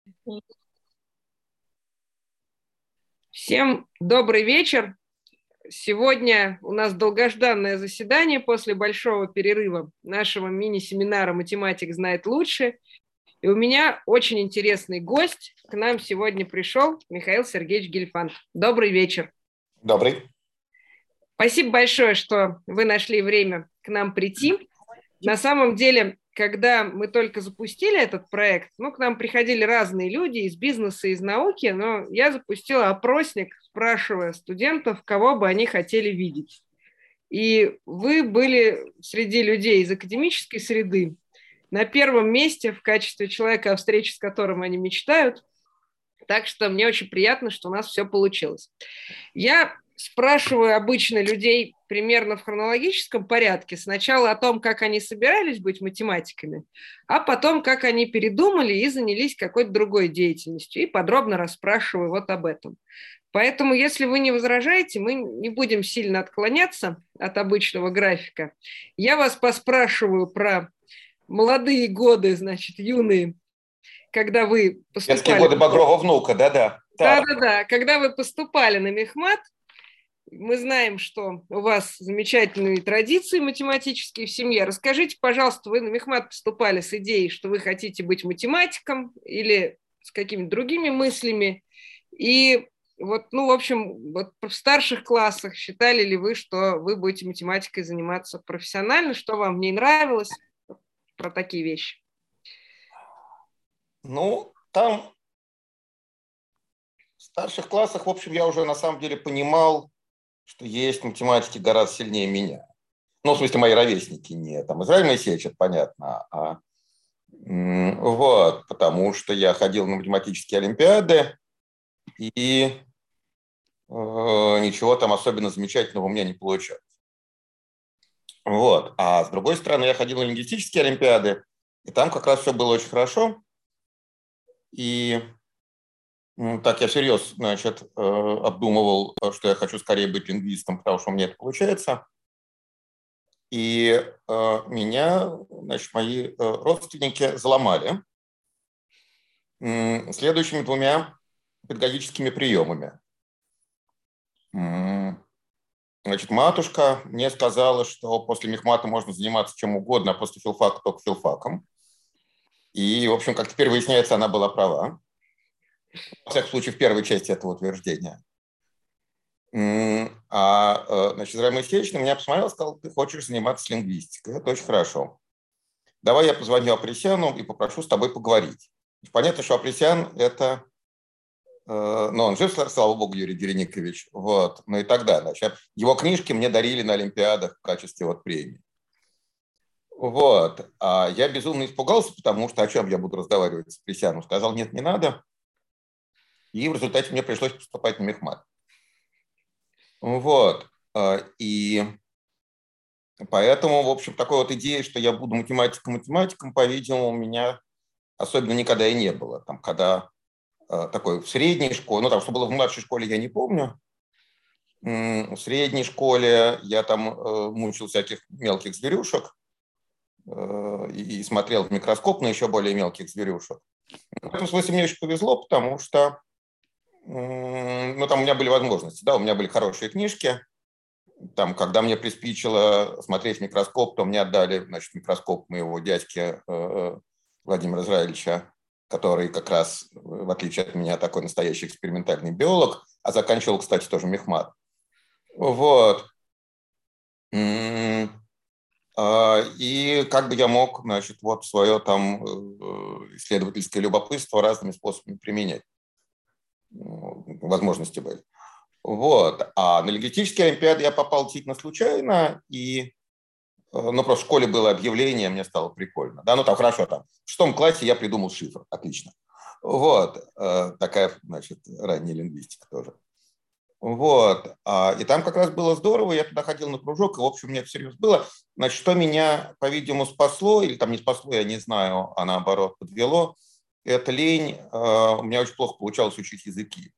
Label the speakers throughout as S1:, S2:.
S1: Всем добрый вечер. Сегодня у нас долгожданное заседание после большого перерыва нашего мини-семинара «Математик знает лучше». И у меня очень интересный гость. К нам сегодня пришел Михаил Сергеевич Гельфанд. Добрый вечер.
S2: Добрый.
S1: Спасибо большое, что вы нашли время к нам прийти. На самом деле, когда мы только запустили этот проект, к нам приходили разные люди из бизнеса, из науки, но я запустила опросник, спрашивая студентов, кого бы они хотели видеть. И вы были среди людей из академической среды на первом месте в качестве человека, о встрече с которым они мечтают. Так что мне очень приятно, что у нас все получилось. Я спрашиваю обычно людей примерно в хронологическом порядке. Сначала о том, как они собирались быть математиками, а потом, как они передумали и занялись какой-то другой деятельностью. И подробно расспрашиваю вот об этом. Поэтому, если вы не возражаете, мы не будем сильно отклоняться от обычного графика. Я вас поспрашиваю про молодые годы, значит, юные, когда вы поступали...
S2: Детские годы Багрова внука, да-да.
S1: Да-да-да, когда вы поступали на мехмат, мы знаем, что у вас замечательные традиции математические в семье. Расскажите, пожалуйста, вы на мехмат поступали с идеей, что вы хотите быть математиком или с какими-то другими мыслями? И вот, в общем, вот в старших классах считали ли вы, что вы будете математикой заниматься профессионально? Что вам в ней нравилось? Про такие вещи.
S2: Там в старших классах, в общем, я уже на самом деле понимал, что есть математики гораздо сильнее меня. В смысле, мои ровесники не там Израиль Моисеевич, это понятно, вот, потому что я ходил на математические олимпиады, и ничего там особенно замечательного у меня не получалось. Вот. А с другой стороны, я ходил на лингвистические олимпиады, и там как раз все было очень хорошо. И так я всерьез, обдумывал, что я хочу скорее быть лингвистом, потому что у меня это получается. И меня, мои родственники заломали следующими двумя педагогическими приемами. Матушка мне сказала, что после мехмата можно заниматься чем угодно, а после филфака только филфаком. И, в общем, как теперь выясняется, она была права. Во всяком случае, в первой части этого утверждения. Израиль Моисеевич на меня посмотрел и сказал: ты хочешь заниматься лингвистикой, это очень хорошо. Давай я позвоню Апресяну и попрошу с тобой поговорить. Понятно, что Апресян – это... он жив, слава богу, Юрий Дереникович. Вот. И так далее. Его книжки мне дарили на олимпиадах в качестве премии. Вот. А я безумно испугался, потому что о чем я буду разговаривать с Апресяном? Сказал: нет, не надо. И в результате мне пришлось поступать на мехмат. Вот. И поэтому, в общем, такой идеи, что я буду математиком, по-видимому, у меня особенно никогда и не было. Там, когда такой в средней школе, что было в младшей школе, я не помню. В средней школе я там мучил всяких мелких зверюшек и смотрел в микроскоп на еще более мелких зверюшек. В этом смысле мне очень повезло, потому что там у меня были возможности, у меня были хорошие книжки. Там, когда мне приспичило смотреть в микроскоп, то мне отдали, микроскоп моего дядьки Владимира Израилевича, который как раз, в отличие от меня, такой настоящий экспериментальный биолог, а заканчивал, кстати, тоже мехмат. Вот. И как бы я мог, свое там исследовательское любопытство разными способами применять. Возможности были. Вот. А на лингвистические олимпиады я попал действительно случайно, и просто в школе было объявление, мне стало прикольно. Хорошо, в 6 классе я придумал шифр, отлично. Вот. Такая, ранняя лингвистика тоже. Вот. И там как раз было здорово, я туда ходил на кружок, и, в общем, мне всерьез было. Что меня, по-видимому, спасло, или там не спасло, я не знаю, а наоборот подвело, это лень. У меня очень плохо получалось учить языки.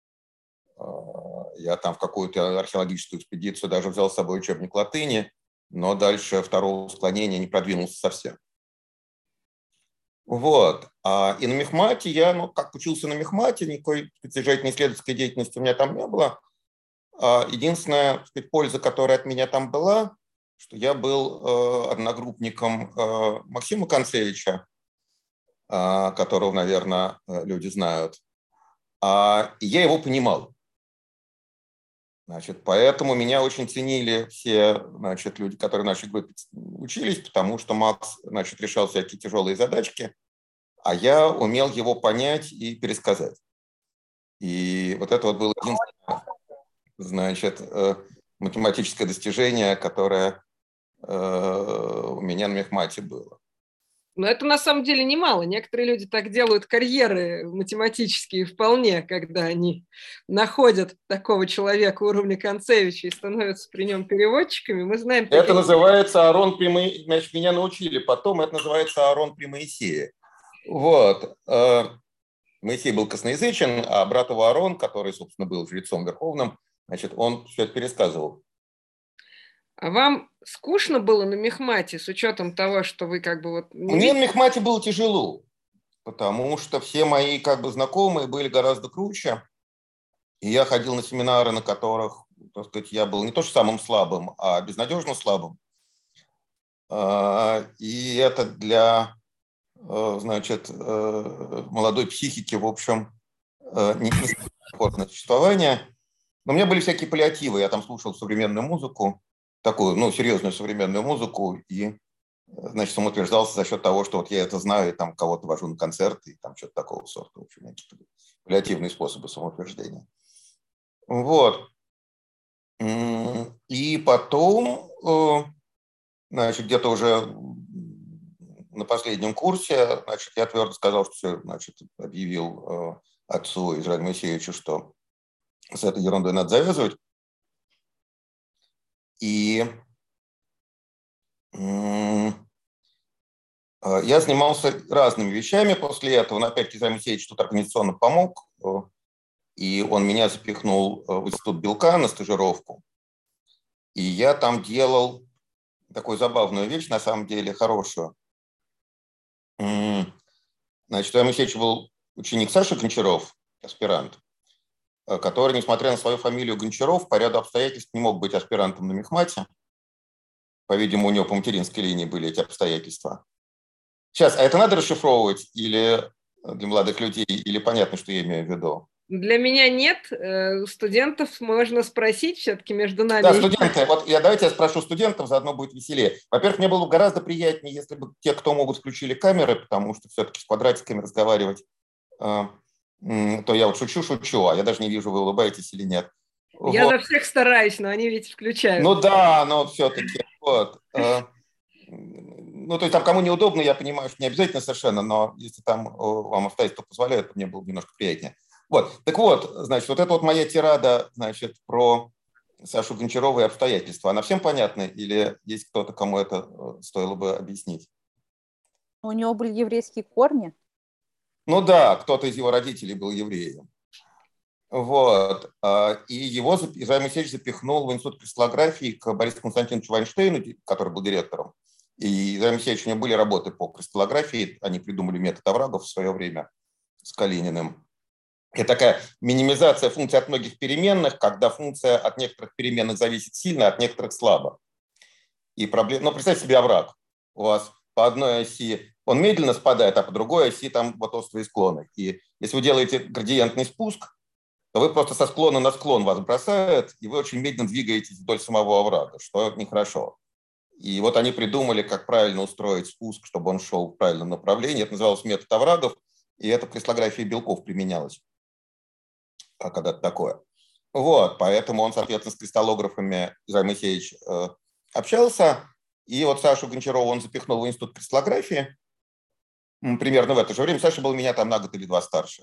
S2: Я там в какую-то археологическую экспедицию даже взял с собой учебник латыни, но дальше второго склонения не продвинулся совсем. Вот. И на мехмате я, как учился на мехмате, никакой специализированной исследовательской деятельности у меня там не было. Единственная, так сказать, польза, которая от меня там была, что я был одногруппником Максима Концевича, которого, наверное, люди знают. И я его понимал. Значит, поэтому меня очень ценили все, значит, люди, которые в нашей группе учились, потому что Макс, значит, решал всякие тяжелые задачки, а я умел его понять и пересказать. И вот это вот было единственное, значит, математическое достижение, которое у меня на мехмате было.
S1: Но это на самом деле немало. Некоторые люди так делают карьеры математические вполне, когда они находят такого человека уровня Концевича и становятся при нем переводчиками. Мы знаем
S2: Это
S1: таких...
S2: называется Аарон Прямоисея. Значит, меня научили потом, это называется Аарон Прямоисея. Вот. Моисей был косноязычен, а брат его Аарон, который, собственно, был жрецом верховным, значит, он все это пересказывал.
S1: А вам скучно было на мехмате с учетом того, что вы как бы вот...
S2: Мне на мехмате было тяжело, потому что все мои как бы знакомые были гораздо круче. И я ходил на семинары, на которых, так сказать, я был не то что самым слабым, а безнадежно слабым. И это для, значит, молодой психики, в общем, не комфортное существование. Но у меня были всякие паллиативы. Я там слушал современную музыку, такую, серьезную современную музыку, и, значит, самоутверждался за счет того, что вот я это знаю, и там кого-то вожу на концерты, и там что-то такого сорта. В общем, какие-то паллиативные способы самоутверждения. Вот. И потом, значит, где-то уже на последнем курсе, значит, я твердо сказал, что все, значит, объявил отцу Израилю Моисеевичу, что с этой ерундой надо завязывать. И я занимался разными вещами после этого. Но опять Израиль Моисеевич тут организационно помог, и он меня запихнул в институт белка на стажировку. И я там делал такую забавную вещь, на самом деле, хорошую. Значит, Израиль Моисеевич был ученик Саши Гончаров, аспирант, который, несмотря на свою фамилию Гончаров, по ряду обстоятельств не мог быть аспирантом на мехмате. По-видимому, у него по материнской линии были эти обстоятельства. Сейчас, а это надо расшифровывать или для молодых людей, или понятно, что я имею в виду?
S1: Для меня нет. У студентов можно спросить все-таки между
S2: Да,
S1: нами.
S2: студенты, вот давайте я спрошу студентов, заодно будет веселее. Во-первых, мне было бы гораздо приятнее, если бы те, кто могут, включили камеры, потому что все-таки с квадратиками разговаривать, то я вот шучу, а я даже не вижу, вы улыбаетесь или нет.
S1: Я
S2: Вот.
S1: за всех стараюсь, но они ведь включают.
S2: Ну да, но все-таки. Вот. То есть там кому неудобно, я понимаю, что не обязательно совершенно, но если там вам обстоятельства позволяют, то мне было бы немножко приятнее. Вот. Так вот, значит, вот это вот моя тирада, значит, про Сашу Гончарова и обстоятельства. Она всем понятна или есть кто-то, кому это стоило бы объяснить?
S3: У него были еврейские корни.
S2: Ну да, кто-то из его родителей был евреем. Вот. И его Израиль Моисеевич запихнул в институт кристаллографии к Борису Константиновичу Вайнштейну, который был директором. И Израиль Моисеевич, у него были работы по кристаллографии, они придумали метод оврагов в свое время с Калининым. Это такая минимизация функций от многих переменных, когда функция от некоторых переменных зависит сильно, от некоторых слабо. И проблема, представьте себе овраг. У вас по одной оси он медленно спадает, а по другой оси там вот острые склоны. И если вы делаете градиентный спуск, то вы просто со склона на склон вас бросают, и вы очень медленно двигаетесь вдоль самого оврага, что нехорошо. И вот они придумали, как правильно устроить спуск, чтобы он шел в правильном направлении. Это называлось метод оврагов, и это в кристаллографии белков применялось. Когда-то такое. Вот, поэтому он, соответственно, с кристаллографами Израиль Моисеевич общался. И вот Сашу Гончарова он запихнул в институт кристаллографии примерно в это же время. Саша был меня там на год или два старше.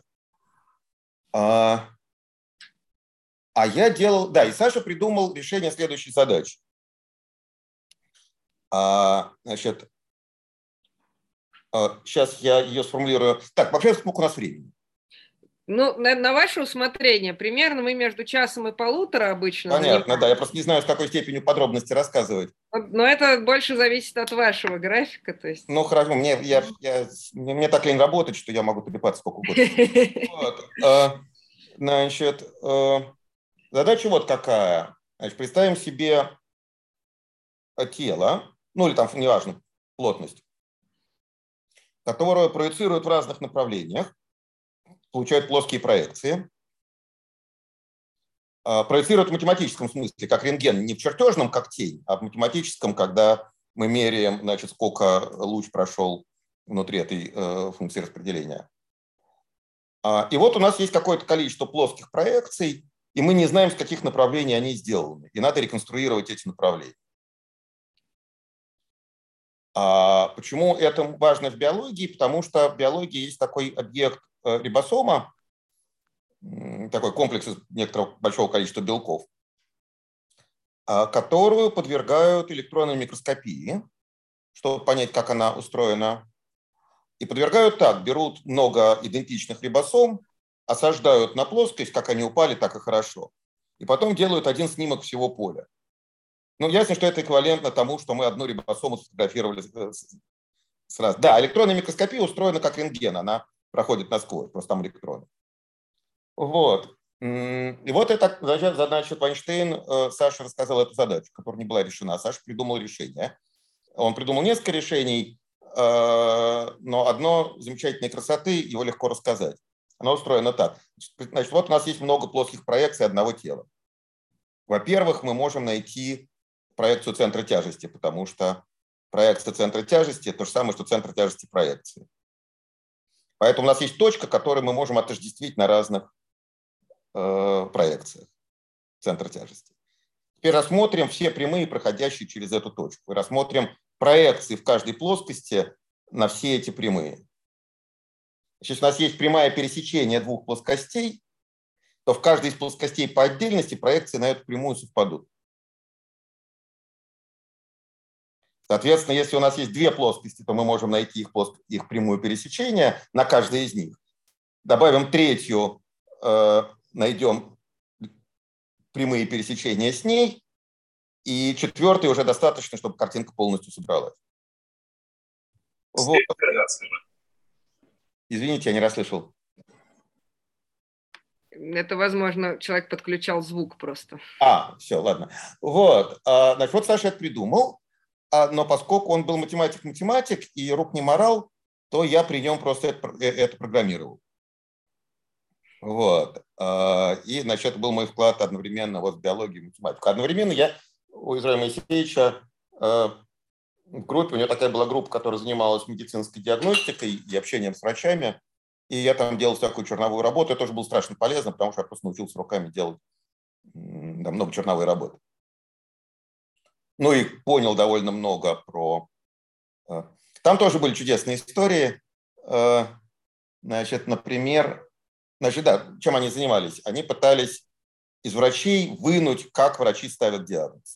S2: А я делал... Да, и Саша придумал решение следующей задачи. Значит, сейчас я ее сформулирую. Так, вообще, сколько у нас времени?
S1: Ну, на ваше усмотрение. Примерно мы между часом и полутора обычно
S2: Понятно, да. Я
S1: занимаемся.
S2: просто не знаю, с какой степенью подробности рассказывать.
S1: Но это больше зависит от вашего графика, то есть.
S2: Ну, хорошо, мне так лень работать, что я могу трепаться сколько угодно. Вот. Значит, задача вот какая. Значит, представим себе тело, ну или там, неважно, плотность, которое проецирует в разных направлениях, получает плоские проекции. Проецирует в математическом смысле, как рентген, не в чертежном, как тень, а в математическом, когда мы меряем, значит, сколько луч прошел внутри этой функции распределения. И вот у нас есть какое-то количество плоских проекций, и мы не знаем, с каких направлений они сделаны. И надо реконструировать эти направления. Почему это важно в биологии? Потому что в биологии есть такой объект рибосома, такой комплекс из некоторого большого количества белков, которую подвергают электронной микроскопии, чтобы понять, как она устроена. И подвергают так, берут много идентичных рибосом, осаждают на плоскость, как они упали, так и хорошо. И потом делают один снимок всего поля. Ну, ясно, что это эквивалентно тому, что мы одну рибосому сфотографировали сразу. Да, электронная микроскопия устроена как рентген, она проходит насквозь, просто там электроны. Вот. И вот эта задача Вайнштейн, Саша рассказал эту задачу, которая не была решена. Саша придумал решение. Он придумал несколько решений, но одно замечательной красоты, его легко рассказать. Оно устроено так. Значит, вот у нас есть много плоских проекций одного тела. Во-первых, мы можем найти проекцию центра тяжести, потому что проекция центра тяжести – это то же самое, что центр тяжести проекции. Поэтому у нас есть точка, которую мы можем отождествить на разных проекциях центра тяжести. Теперь рассмотрим все прямые, проходящие через эту точку. И рассмотрим проекции в каждой плоскости на все эти прямые. Если у нас есть прямое пересечение двух плоскостей, то в каждой из плоскостей по отдельности проекции на эту прямую совпадут. Соответственно, если у нас есть две плоскости, то мы можем найти их прямую пересечение на каждой из них. Добавим третью, найдем прямые пересечения с ней, и четвертой уже достаточно, чтобы картинка полностью собралась. Вот. Извините, я не расслышал.
S1: Это, возможно, человек подключал звук просто.
S2: Все, ладно. Вот. Значит, вот Саша это придумал, но поскольку он был математик и рук не морал, то я при нем просто это программировал. Вот. И, значит, это был мой вклад одновременно вот в биологию и математику. Одновременно я у Израиля Моисеевича в группе, у него такая была группа, которая занималась медицинской диагностикой и общением с врачами, и я там делал всякую черновую работу. Это тоже было страшно полезно, потому что я просто научился руками делать много черновой работы. Ну и понял довольно много про... Там тоже были чудесные истории. Значит, например... Значит, да, чем они занимались? Они пытались из врачей вынуть, как врачи ставят диагноз.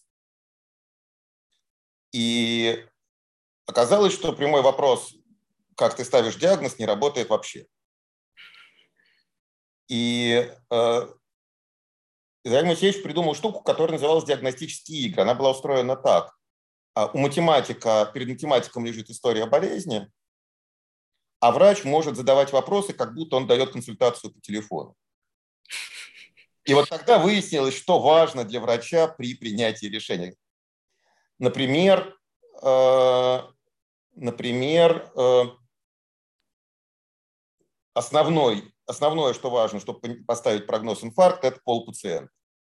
S2: И оказалось, что прямой вопрос, как ты ставишь диагноз, не работает вообще. И Израиль Моисеевич придумал штуку, которая называлась диагностические игры. Она была устроена так. У математика, перед математиком лежит история болезни, а врач может задавать вопросы, как будто он дает консультацию по телефону. И вот тогда выяснилось, что важно для врача при принятии решения. Например, основное, что важно, чтобы поставить прогноз инфаркта, это пол пациента.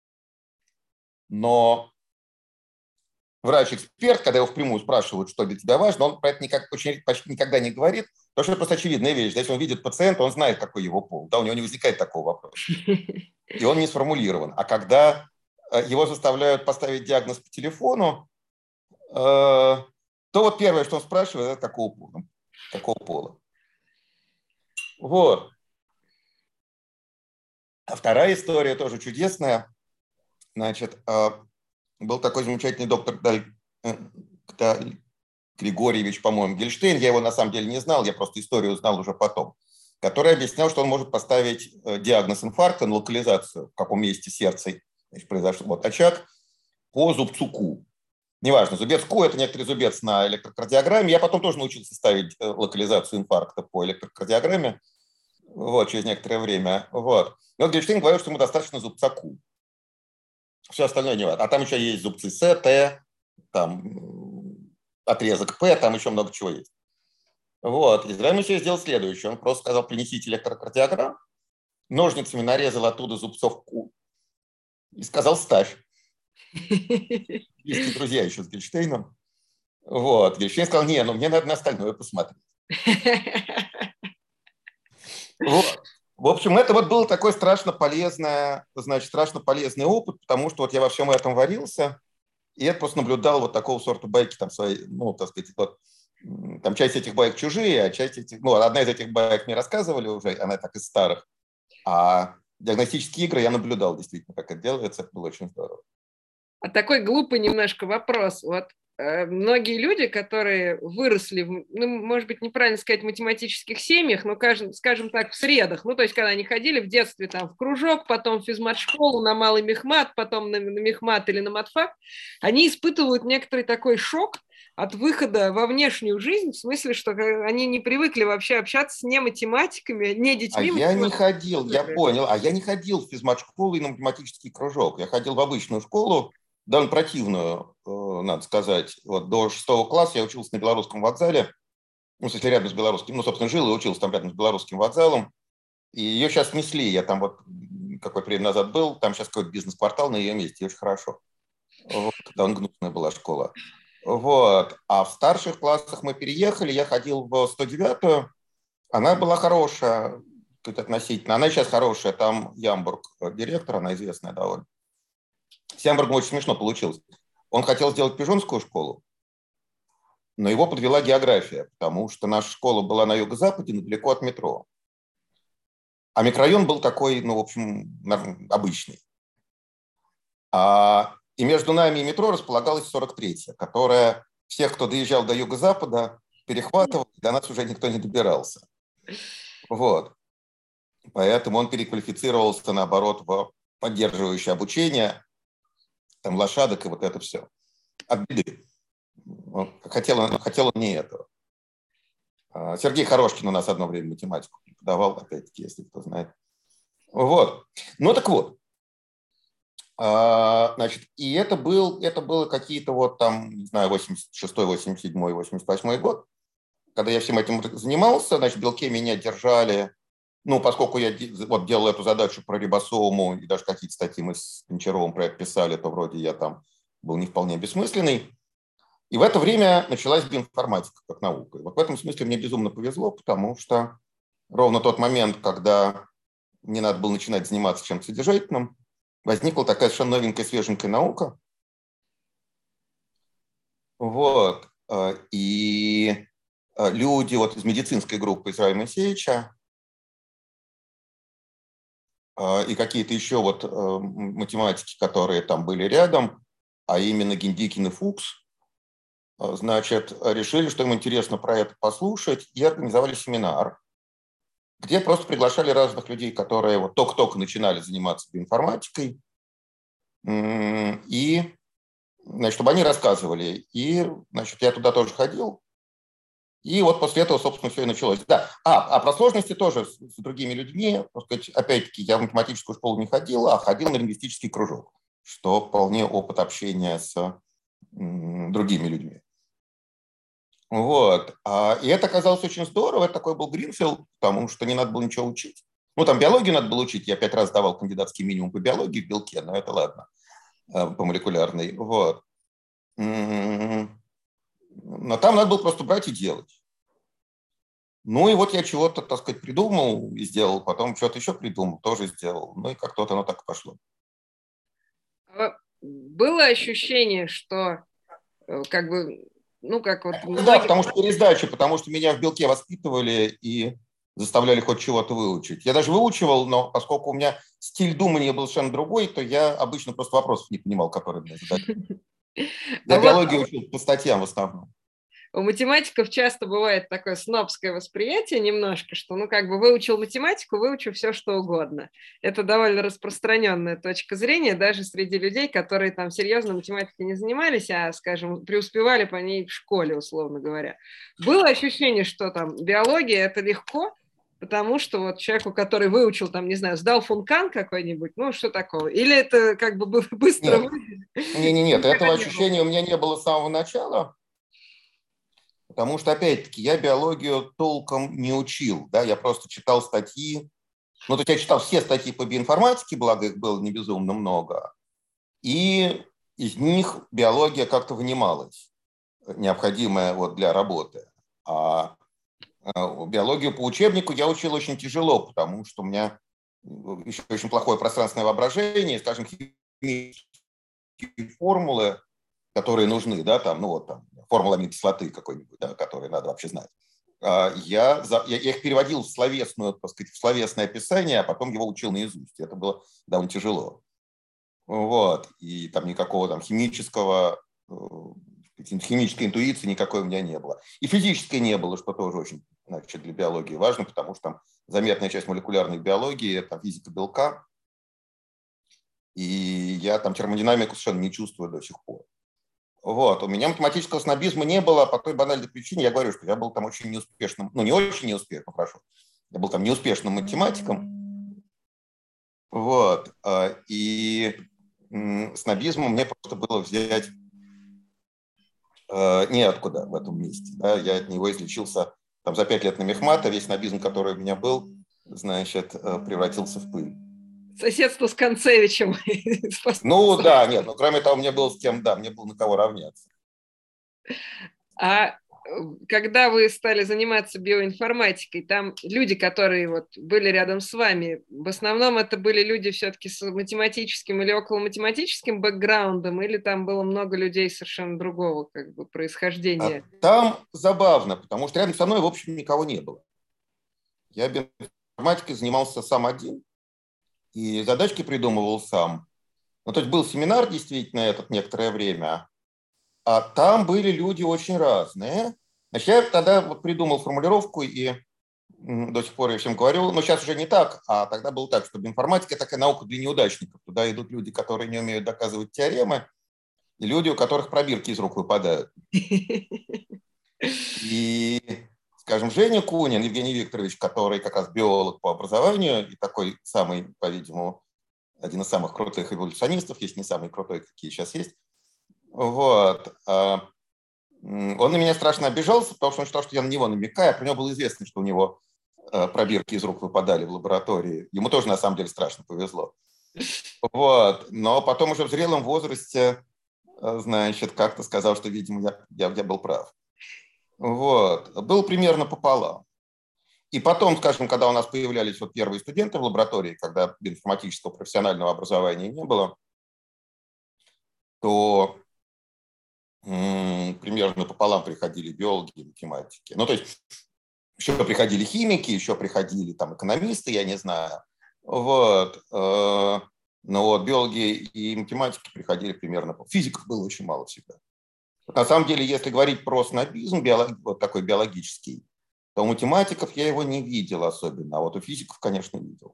S2: Но врач-эксперт, когда его впрямую спрашивают, что для тебя важно, он про это почти никогда не говорит, потому что это просто очевидная вещь. Если он видит пациента, он знает, какой его пол. Да, у него не возникает такого вопроса. И он не сформулирован. А когда его заставляют поставить диагноз по телефону, то вот первое, что он спрашивает, это какого пола. Вот. А вторая история тоже чудесная. Значит, был такой замечательный доктор Григорьевич, по-моему, Гельштейн. Я его на самом деле не знал, я просто историю узнал уже потом. который объяснял, что он может поставить диагноз инфаркта на локализацию, в каком месте сердца произошел вот очаг, по зубцу Q. Неважно, зубец Q – это некоторый зубец на электрокардиограмме. Я потом тоже научился ставить локализацию инфаркта по электрокардиограмме вот, через некоторое время. Вот. И вот Гельштейн говорил, что ему достаточно зубца Q. Все остальное не важно. А там еще есть зубцы С, Т, там отрезок П, там еще много чего есть. Вот. Израиль еще сделал следующее. Он просто сказал, принесите электрокардиограмм, ножницами нарезал оттуда зубцов Q и сказал, ставь. Близкие друзья еще с Гельштейном. Вот. Гельштейн сказал, не, ну мне надо на остальное посмотреть. Вот. В общем, это вот был такой страшно полезный опыт, потому что вот я во всем этом варился, и я просто наблюдал вот такого сорта байки, там свои, ну, так сказать, вот, там часть этих байк чужие, а часть этих, ну, одна из этих байк мне рассказывали уже, она так из старых, а диагностические игры я наблюдал действительно, как это делается, это было очень здорово.
S1: А такой глупый немножко вопрос. Вот многие люди, которые выросли, ну, может быть, неправильно сказать, в математических семьях, но, скажем так, в средах, ну, то есть, когда они ходили в детстве там в кружок, потом в физмат-школу, на малый мехмат, потом на мехмат или на матфак, они испытывают некоторый такой шок от выхода во внешнюю жизнь, в смысле, что они не привыкли вообще общаться с нематематиками, не детьми.
S2: А я не ходил, я понял, я не ходил в физмат-школу и на математический кружок, я ходил в обычную школу, довольно противную, надо сказать. Вот до 6 класса я учился на Белорусском вокзале, ну, в смысле, рядом с Белорусским, ну, собственно, жил и учился там рядом с Белорусским вокзалом, и ее сейчас снесли, я там вот какое-то время назад был, там сейчас какой-то бизнес-квартал на ее месте, очень хорошо. Вот, когда гнусная была школа. Вот. А в старших классах мы переехали, я ходил в 109-ю, она была хорошая, относительно, она сейчас хорошая, там Ямбург директор, она известная довольно. С Ямбургом очень смешно получилось. Он хотел сделать пижонскую школу, но его подвела география, потому что наша школа была на юго-западе, недалеко от метро. А микрорайон был такой, ну, в общем, обычный. И между нами и метро располагалась 43-я, которая всех, кто доезжал до юго-запада, перехватывала, до нас уже никто не добирался. Вот. Поэтому он переквалифицировался, наоборот, в поддерживающее обучение, там, лошадок и вот это все. От беды. Хотел он не этого. Сергей Хорошкин у нас одно время математику преподавал, опять-таки, если кто знает. Вот. Ну так вот. Значит, и это было какие-то вот там, не знаю, 86-й, 87-й, 88-й год, когда я всем этим занимался, значит, в белке меня держали, ну, поскольку я вот делал эту задачу про рибосому, и даже какие-то статьи мы с Гончаровым проект писали, то вроде я там был не вполне бессмысленный. И в это время началась биоинформатика как наука. И вот в этом смысле мне безумно повезло, потому что ровно тот момент, когда мне надо было начинать заниматься чем-то содержательным, возникла такая совершенно новенькая, свеженькая наука. Вот. И люди вот из медицинской группы Израиля Моисеевича и какие-то еще вот математики, которые там были рядом, а именно Гиндикин и Фукс, значит, решили, что им интересно про это послушать, и организовали семинар, где просто приглашали разных людей, которые вот только-только начинали заниматься биоинформатикой, и, значит, чтобы они рассказывали. И, значит, я туда тоже ходил, и вот после этого, собственно, все и началось. Да, про сложности тоже с другими людьми, так сказать, опять-таки, я в математическую школу не ходил, а ходил на лингвистический кружок, что вполне опыт общения с другими людьми. Вот. И это оказалось очень здорово. Это такой был гринфилд, потому что не надо было ничего учить. Ну, там биологию надо было учить. Я 5 раз давал кандидатский минимум по биологии в белке, но это ладно, по молекулярной. Вот. Но там надо было просто брать и делать. Ну, и вот я чего-то, так сказать, придумал и сделал, потом что-то еще придумал, тоже сделал. Ну, и как-то оно так и пошло.
S1: Было ощущение, что как бы... Ну, как вот...
S2: Да, потому что пересдача, потому что меня в белке воспитывали и заставляли хоть чего-то выучить. Я даже выучивал, но поскольку у меня стиль думания был совершенно другой, то я обычно просто вопросов не понимал, которые мне задали. Я биологию учил по статьям в основном.
S1: У математиков часто бывает такое снобское восприятие немножко, что, ну, как бы выучил математику, выучу все, что угодно. Это довольно распространенная точка зрения даже среди людей, которые там серьезно математикой не занимались, а, скажем, преуспевали по ней в школе, условно говоря. Было ощущение, что там биология – это легко, потому что вот человеку, который выучил, там, не знаю, сдал функан какой-нибудь, ну, что такого? Или это как бы быстро...
S2: Нет, этого ощущения у меня не было с самого начала, потому что, опять-таки, я биологию толком не учил, да, я просто читал статьи, ну, то есть я читал все статьи по биоинформатике, благо их было не безумно много, и из них биология как-то вынималась, необходимая вот для работы. А биологию по учебнику я учил очень тяжело, потому что у меня еще очень плохое пространственное воображение, скажем, химические формулы, которые нужны, да, там, ну вот там, формула аминокислоты какой-нибудь, да, которые надо вообще знать. Я их переводил в словесную, так сказать, в словесное описание, а потом его учил наизусть. Это было довольно тяжело. Вот. И там никакого там химической интуиции никакой у меня не было. И физической не было, что тоже очень, значит, для биологии важно, потому что там заметная часть молекулярной биологии – это физика белка. И я там термодинамику совершенно не чувствую до сих пор. Вот. У меня математического снобизма не было по той банальной причине. Я говорю, что я был там очень неуспешным, ну не очень неуспешным, хорошо. Я был там неуспешным математиком. Вот. И снобизмом мне просто было взять неоткуда в этом месте. Да? Я от него излечился там, за 5 лет на мехмата. Весь снобизм, который у меня был, значит, превратился в пыль.
S1: Соседство с Концевичем.
S2: Ну да, нет, но кроме того, мне было с кем, да, мне было на кого равняться.
S1: А когда вы стали заниматься биоинформатикой, там люди, которые вот были рядом с вами, в основном это были люди все-таки с математическим или околоматематическим бэкграундом, или там было много людей совершенно другого как бы происхождения?
S2: Там забавно, потому что рядом со мной, в общем, никого не было. Я биоинформатикой занимался сам один, и задачки придумывал сам. Ну, то есть был семинар действительно этот некоторое время, а там были люди очень разные. Значит, я тогда вот придумал формулировку и до сих пор я всем говорю, но сейчас уже не так, а тогда было так, что информатика – такая наука для неудачников. Туда идут люди, которые не умеют доказывать теоремы, и люди, у которых пробирки из рук выпадают. И, скажем, Женя Кунин, Евгений Викторович, который как раз биолог по образованию и такой самый, по-видимому, один из самых крутых эволюционистов, есть не самый крутой, какие сейчас есть, вот. Он на меня страшно обижался, потому что он считал, что я на него намекаю. Про него было известно, что у него пробирки из рук выпадали в лаборатории. Ему тоже, на самом деле, страшно повезло. Вот. Но потом уже в зрелом возрасте, значит, как-то сказал, что, видимо, я был прав. Вот. Был примерно пополам. И потом, скажем, когда у нас появлялись вот первые студенты в лаборатории, когда информатического профессионального образования не было, то примерно пополам приходили биологи и математики. Ну, то есть еще приходили химики, еще приходили там экономисты, я не знаю. Вот. Но вот биологи и математики приходили примерно. Физиков было очень мало всегда. На самом деле, если говорить про снобизм, вот такой биологический, то у математиков я его не видел особенно, а вот у физиков, конечно, видел.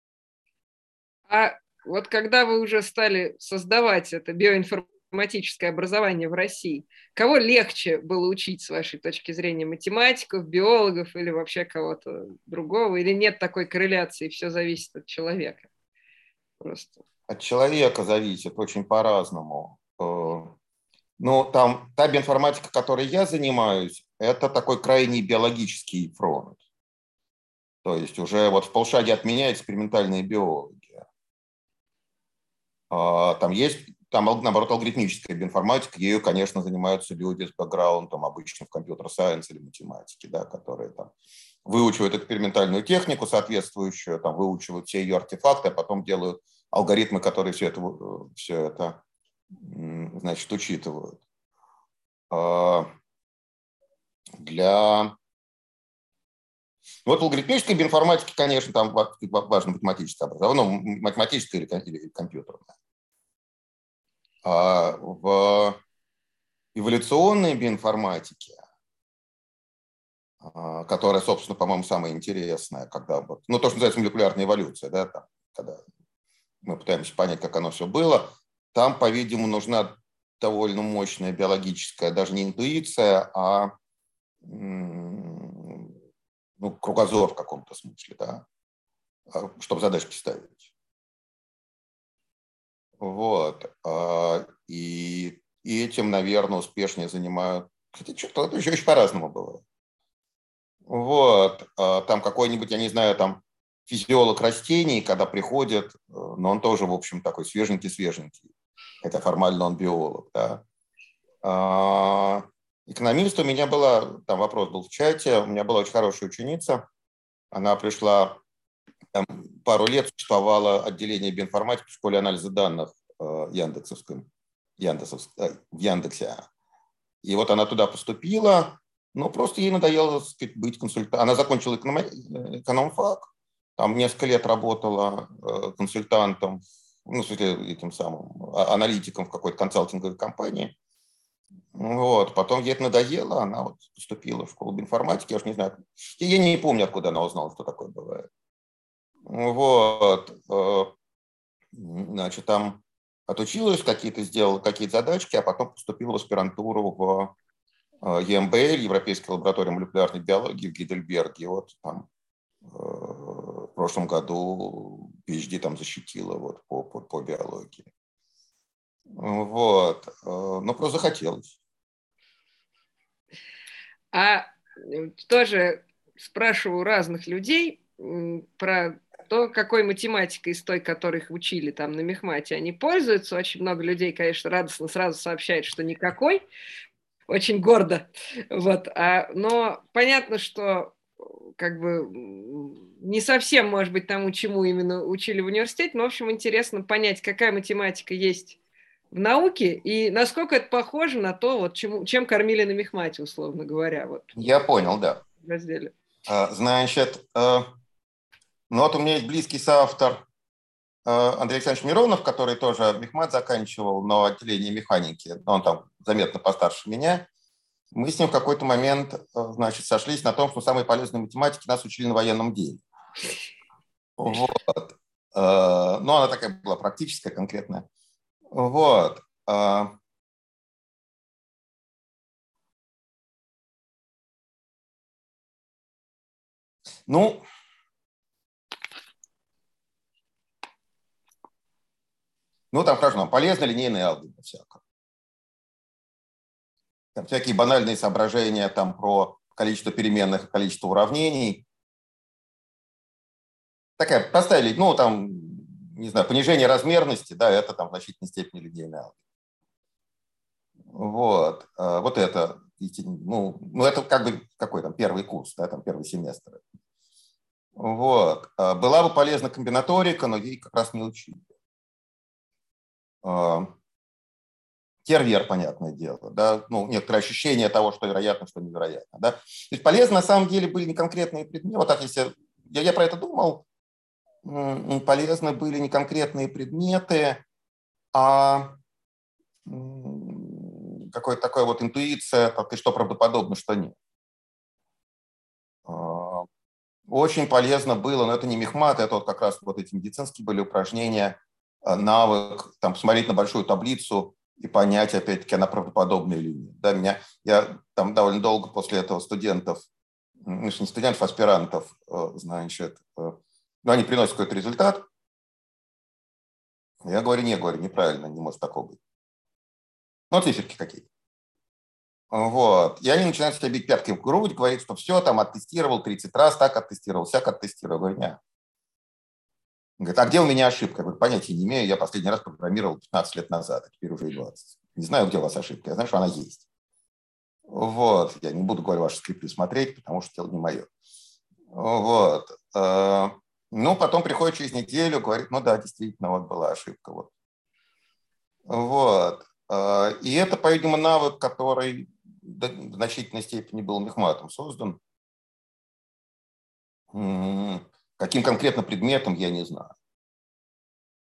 S1: А вот когда вы уже стали создавать это биоинформатическое образование в России, кого легче было учить, с вашей точки зрения, математиков, биологов или вообще кого-то другого? Или нет такой корреляции, все зависит от человека? Просто.
S2: От человека зависит очень по-разному. Ну, там та биоинформатика, которой я занимаюсь, это такой крайний биологический фронт. То есть уже вот в полшаге от меня экспериментальные биологи. Там есть, там, наоборот, алгоритмическая биоинформатика, ею, конечно, занимаются люди с бэкграундом обычно в компьютер-сайенс или математике, да, которые там выучивают экспериментальную технику соответствующую, там, выучивают все ее артефакты, а потом делают алгоритмы, которые все это значит, учитывают. Вот в алгоритмической биоинформатике, конечно, там важно математическое образование, ну, математическое или компьютерное. А в эволюционной биоинформатике которая, собственно, по-моему, самая интересная, когда вот, ну, то, что называется молекулярная эволюция, да, там, когда мы пытаемся понять, как оно все было, там, по-видимому, нужна довольно мощная биологическая, даже не интуиция, а ну, кругозор в каком-то смысле, да, чтобы задачки ставить. Вот. И этим, наверное, успешнее занимают. Хотя что-то это еще по-разному бывает. Вот. Там какой-нибудь, я не знаю, там физиолог растений, когда приходит, но он тоже, в общем, такой свеженький-свеженький. Хотя формально он биолог, да. Экономист у меня была, там вопрос был в чате, у меня была очень хорошая ученица. Она пришла, там, пару лет существовало отделение биоинформатики в школе анализа данных в Яндексе. И вот она туда поступила, но просто ей надоело, так сказать, быть консультантом. Она закончила экономфак, там несколько лет работала консультантом, ну, в смысле, этим самым аналитиком в какой-то консалтинговой компании. Вот. Потом ей это надоело, она вот поступила в школу биоинформатики, я уж не знаю, я не помню, откуда она узнала, что такое бывает. Вот. Значит, там отучилась, сделала какие-то задачки, а потом поступила в аспирантуру в ЕМБЛ, Европейская лаборатория молекулярной биологии в Гейдельберге. Вот там в прошлом году PhD там защитила вот по биологии. Вот. Но просто захотелось.
S1: Тоже спрашиваю разных людей про то, какой математикой из той, которых учили там на мехмате, они пользуются. Очень много людей, конечно, радостно сразу сообщают, что никакой. Очень гордо. Вот. Но понятно, что как бы не совсем, может быть, тому, чему именно учили в университете, но, в общем, интересно понять, какая математика есть в науке и насколько это похоже на то, вот, чем кормили на мехмате, условно говоря. Вот,
S2: я понял, да.
S1: В разделе.
S2: Значит, ну вот у меня есть близкий соавтор Андрей Александрович Миронов, который тоже мехмат заканчивал, но отделение механики, он там заметно постарше меня. Мы с ним в какой-то момент, значит, сошлись на том, что самые полезные математики нас учили на военном деле. Вот. Но она такая была практическая, конкретная. Вот. Ну, там хорошо, полезна линейная алгебра всякая. Там всякие банальные соображения там про количество переменных и количество уравнений. Такая простая, ну, там, не знаю, понижение размерности, да, это там в значительной степени линейная алгебра. Вот. Вот это, ну, это как бы какой там первый курс, да, там первый семестр. Вот. Была бы полезна комбинаторика, но ей как раз не учили. Тервер, понятное дело, да, ну, некоторое ощущение того, что вероятно, что невероятно, да. То есть полезны на самом деле были не конкретные предметы. Вот так, если я про это думал, полезны были не конкретные предметы, а какая-то такая вот интуиция, и что правдоподобно, что нет. Очень полезно было, но это не мехмат, это вот как раз вот эти медицинские были упражнения, навык, там, посмотреть на большую таблицу и понять, опять-таки, она правдоподобная или нет. Да, я там довольно долго после этого студентов, ну, не студентов, а аспирантов, значит, ну, они приносят какой-то результат. Я говорю, неправильно, не может такого быть. Ну, циферки какие-то. Вот. И они начинают себя бить пяткой в грудь, говорить, что все, там, оттестировал 30 раз, так оттестировал, всяк оттестировал. Я говорю, нет. Говорит, а где у меня ошибка? Я говорю, понятия не имею, я последний раз программировал 15 лет назад, а теперь уже и 20. Не знаю, где у вас ошибка, я знаю, что она есть. Вот. Я не буду, говорю, ваши скрипты смотреть, потому что дело не мое. Вот. Ну, потом приходит через неделю, говорит, ну да, действительно, вот была ошибка. Вот. Вот. И это, по-видимому, навык, который в значительной степени был мехматом создан. Каким конкретно предметом, я не знаю.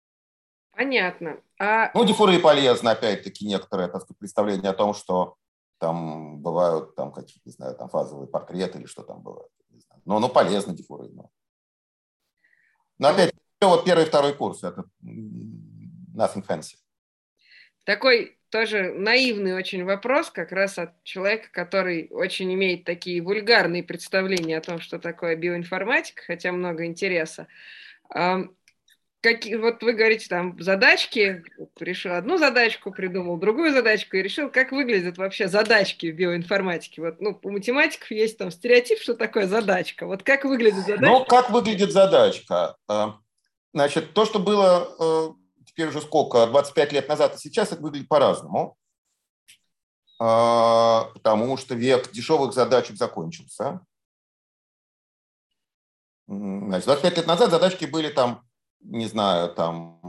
S1: Понятно.
S2: Ну, Дюфуре полезно, опять-таки, некоторое представление о том, что там бывают там какие-то, не знаю, там фазовые портреты или что там бывает. Но полезно дифуры. Но опять, вот первый и второй курс, это nothing fancy.
S1: Такой тоже наивный очень вопрос, как раз от человека, который очень имеет такие вульгарные представления о том, что такое биоинформатика, хотя много интереса. Вот вы говорите, там, задачки, решил одну задачку, придумал другую задачку и решил, как выглядят вообще задачки в биоинформатике. Вот, у математиков есть там стереотип, что такое задачка. Вот как выглядит задачка?
S2: Как выглядит задачка? Значит, то, что было теперь уже сколько, 25 лет назад, и сейчас это выглядит по-разному, потому что век дешевых задачек закончился. Значит, 25 лет назад задачки были там, не знаю, там,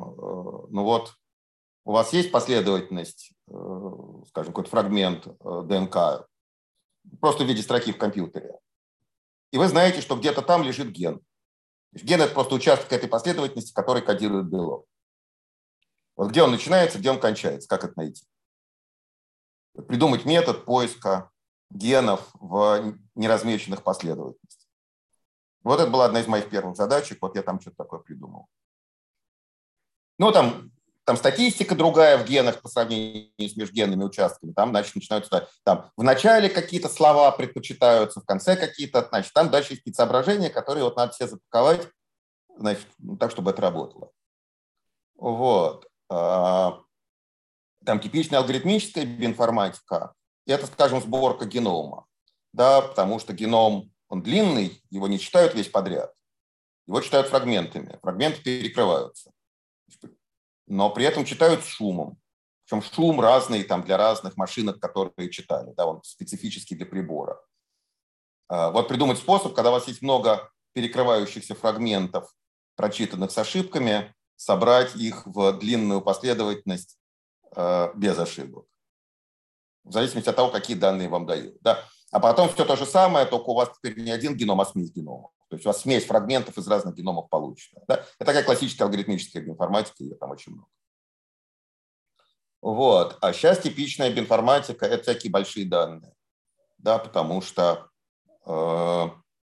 S2: у вас есть последовательность, скажем, какой-то фрагмент ДНК, просто в виде строки в компьютере, и вы знаете, что где-то там лежит ген. Ген – это просто участок этой последовательности, который кодирует белок. Вот где он начинается, где он кончается, как это найти? Придумать метод поиска генов в неразмеченных последовательностях. Вот это была одна из моих первых задачек, вот я там что-то такое придумал. Там статистика другая в генах по сравнению с межгенными участками. Там, значит, начинаются, там в начале какие-то слова предпочитаются, в конце какие-то, значит, там дальше есть какие-то соображения, которые вот надо все запаковать, значит, так, чтобы это работало. Вот. Там типичная алгоритмическая биоинформатика – это, скажем, сборка генома. Да, потому что геном, он длинный, его не читают весь подряд. Его читают фрагментами. Фрагменты перекрываются. Но при этом читают с шумом. Причем шум разный там, для разных машинок, которые читали. Да, он специфический для прибора. Вот придумать способ, когда у вас есть много перекрывающихся фрагментов, прочитанных с ошибками, собрать их в длинную последовательность без ошибок. В зависимости от того, какие данные вам дают. Да. А потом все то же самое, только у вас теперь не один геном, а смесь геномов. То есть у вас смесь фрагментов из разных геномов получена. Да? Это такая классическая алгоритмическая биоинформатика, ее там очень много. Вот. А сейчас типичная биоинформатика – это всякие большие данные. Да, потому что у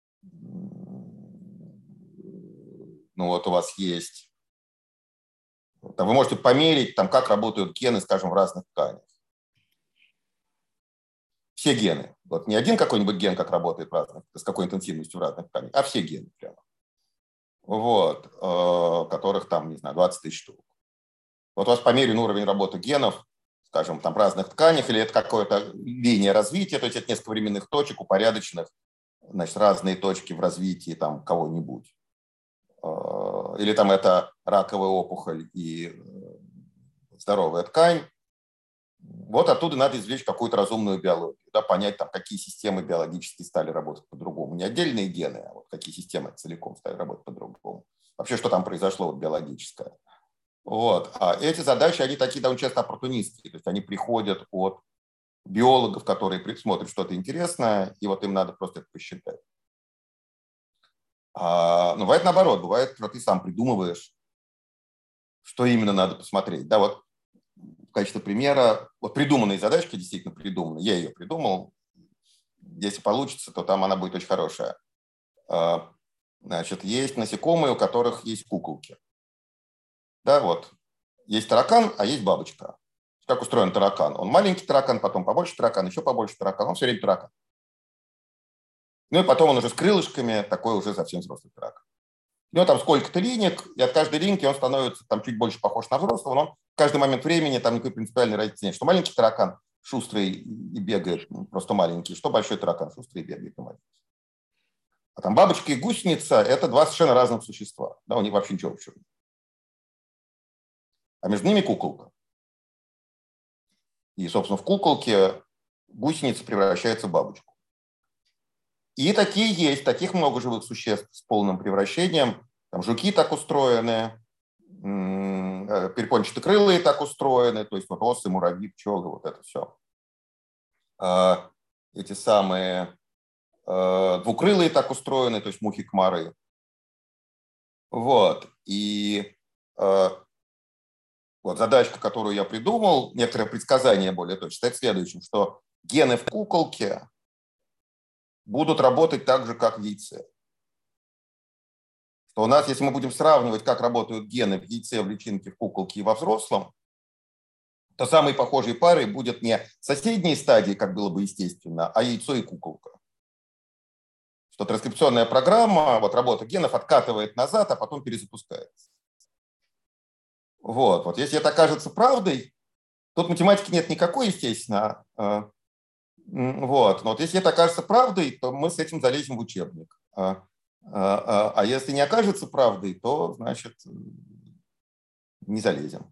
S2: вас есть… Вы можете померить, там, как работают гены, скажем, в разных тканях. Все гены. Вот не один какой-нибудь ген, как работает с какой интенсивностью в разных тканях, а все гены прямо. Вот, которых там, не знаю, 20 тысяч штук. Вот у вас померен уровень работы генов, скажем, там в разных тканях, или это какая-то линия развития, то есть это несколько временных точек, упорядоченных, значит, разные точки в развитии там кого-нибудь. Или там это раковая опухоль и здоровая ткань. Вот оттуда надо извлечь какую-то разумную биологию, да, понять, там, какие системы биологически стали работать по-другому. Не отдельные гены, а вот какие системы целиком стали работать по-другому. Вообще, что там произошло вот, биологическое. Вот. А эти задачи, они такие довольно часто оппортунистские. То есть они приходят от биологов, которые смотрят что-то интересное, и вот им надо просто это посчитать. Но бывает наоборот. Бывает, что ты сам придумываешь, что именно надо посмотреть. Да, вот в качестве примера, вот придуманные задачки, действительно придуманы, я ее придумал, если получится, то там она будет очень хорошая. Значит, есть насекомые, у которых есть куколки. Да, вот. Есть таракан, а есть бабочка. Как устроен таракан? Он маленький таракан, потом побольше таракан, еще побольше таракан, он все время таракан. Ну и потом он уже с крылышками, такой уже совсем взрослый таракан. У него там сколько-то линек, и от каждой линьки он становится там чуть больше похож на взрослого, но в каждый момент времени там никакой принципиальной разницы нет. Что маленький таракан шустрый и бегает, просто маленький, что большой таракан шустрый и бегает и маленький. А там бабочка и гусеница – это два совершенно разных существа. Да, у них вообще ничего общего нет. А между ними куколка. И, собственно, в куколке гусеница превращается в бабочку. И такие есть, таких много живых существ с полным превращением. Там жуки так устроены, перепончатокрылые так устроены, то есть вот осы, муравьи, пчелы, вот это все. Эти самые двукрылые так устроены, то есть мухи, комары. Вот. И вот задачка, которую я придумал, некоторое предсказание более точно, стоит в следующем, что гены в куколке будут работать так же, как в яйце. Что у нас, если мы будем сравнивать, как работают гены в яйце, в личинке, в куколке и во взрослом, то самой похожей парой будет не соседние стадии, как было бы естественно, а яйцо и куколка. Что транскрипционная программа, вот работа генов откатывает назад, а потом перезапускается. Вот если это окажется правдой, тут математики нет никакой, естественно. Но вот если это окажется правдой, то мы с этим залезем в учебник. А если не окажется правдой, то, значит, не залезем.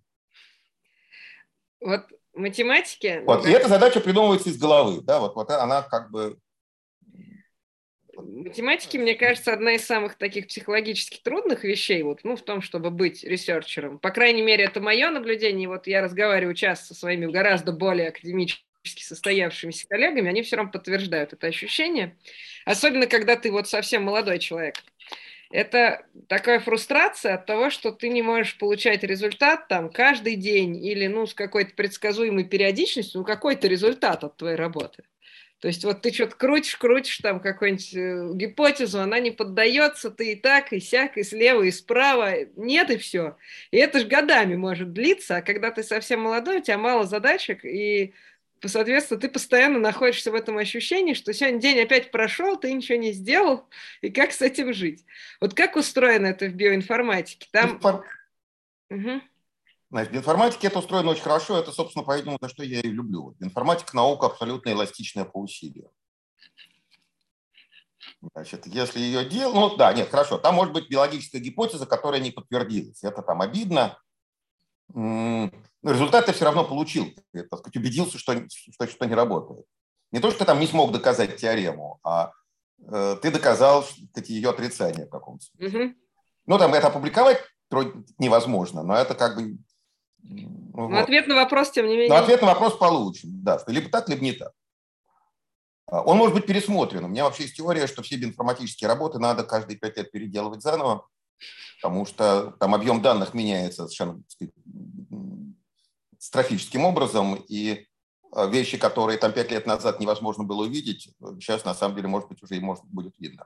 S1: Вот математики...
S2: Вот, и эта задача придумывается из головы. Да, вот она как бы...
S1: Математики, мне кажется, одна из самых таких психологически трудных вещей в том, чтобы быть ресерчером. По крайней мере, это мое наблюдение. Вот я разговариваю часто со своими гораздо более академически состоявшимися коллегами, они все равно подтверждают это ощущение. Особенно, когда ты совсем молодой человек. Это такая фрустрация от того, что ты не можешь получать результат каждый день или с какой-то предсказуемой периодичностью, какой-то результат от твоей работы. То есть ты что-то крутишь какую-нибудь гипотезу, она не поддается, ты и так, и сяк, и слева, и справа, нет, и все. И это же годами может длиться, а когда ты совсем молодой, у тебя мало задачек, и, соответственно, ты постоянно находишься в этом ощущении, что сегодня день опять прошел, ты ничего не сделал, и как с этим жить? Вот как устроено это в биоинформатике? Угу.
S2: Значит, в информатике это устроено очень хорошо. Это, собственно, по-видимому, за что я и люблю. Информатика – наука абсолютно эластичная по усилию. Значит, если ее делать... хорошо. Там может быть биологическая гипотеза, которая не подтвердилась. Это обидно. Результат ты все равно получил. Ты, убедился, что не работает. Не то, что ты не смог доказать теорему, а ты доказал ее отрицание в каком-то смысле.
S1: Угу.
S2: Это опубликовать невозможно, но это
S1: ответ на вопрос, тем не менее.
S2: Но ответ на вопрос получен, да, что либо так, либо не так. Он может быть пересмотрен. У меня вообще есть теория, что все биоинформатические работы надо каждые 5 лет переделывать заново, потому что там объем данных меняется совершенно, так сказать, строфическим образом, и вещи, которые 5 лет назад невозможно было увидеть, сейчас на самом деле, может быть, уже и будет видно.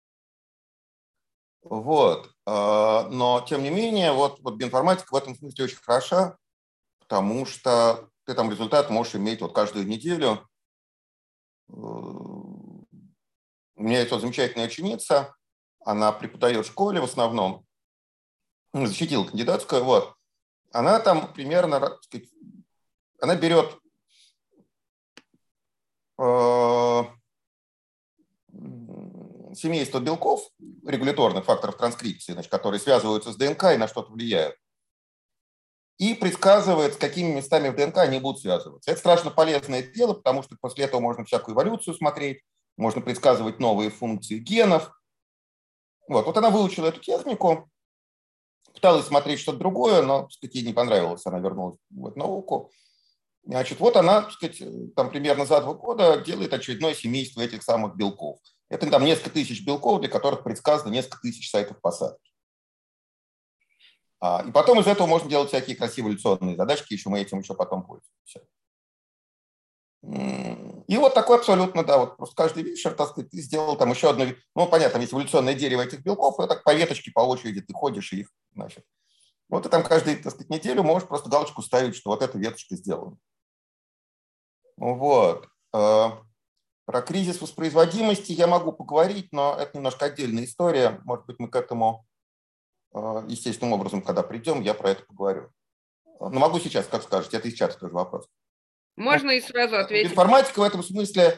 S2: Но, тем не менее, биоинформатика в этом смысле очень хороша, потому что ты результат можешь иметь каждую неделю. У меня есть замечательная ученица, она преподает в школе в основном, защитила кандидатскую, Она примерно, так сказать, она берет семейство белков, регуляторных факторов транскрипции, которые связываются с ДНК и на что-то влияют, и предсказывает, с какими местами в ДНК они будут связываться. Это страшно полезное дело, потому что после этого можно всякую эволюцию смотреть, можно предсказывать новые функции генов. Она выучила эту технику, пыталась смотреть что-то другое, но, так сказать, ей не понравилось, она вернулась в эту науку. Значит, она, так сказать, примерно за 2 года делает очередное семейство этих самых белков. Это несколько тысяч белков, для которых предсказано несколько тысяч сайтов посадки. И потом из этого можно делать всякие красивые эволюционные задачки, мы этим еще потом пользуемся. И такой абсолютно, просто каждый вечер, так сказать, ты сделал еще одну... понятно, есть эволюционное дерево этих белков, и так по веточке, по очереди ты ходишь и их, значит. Ты каждую, так сказать, неделю можешь просто галочку ставить, что эта веточка сделана. Про кризис воспроизводимости я могу поговорить, но это немножко отдельная история. Может быть, мы к этому естественным образом, когда придем, я про это поговорю. Но могу сейчас, как скажете, это и сейчас тоже вопрос.
S1: Можно и сразу ответить.
S2: Информатика в этом смысле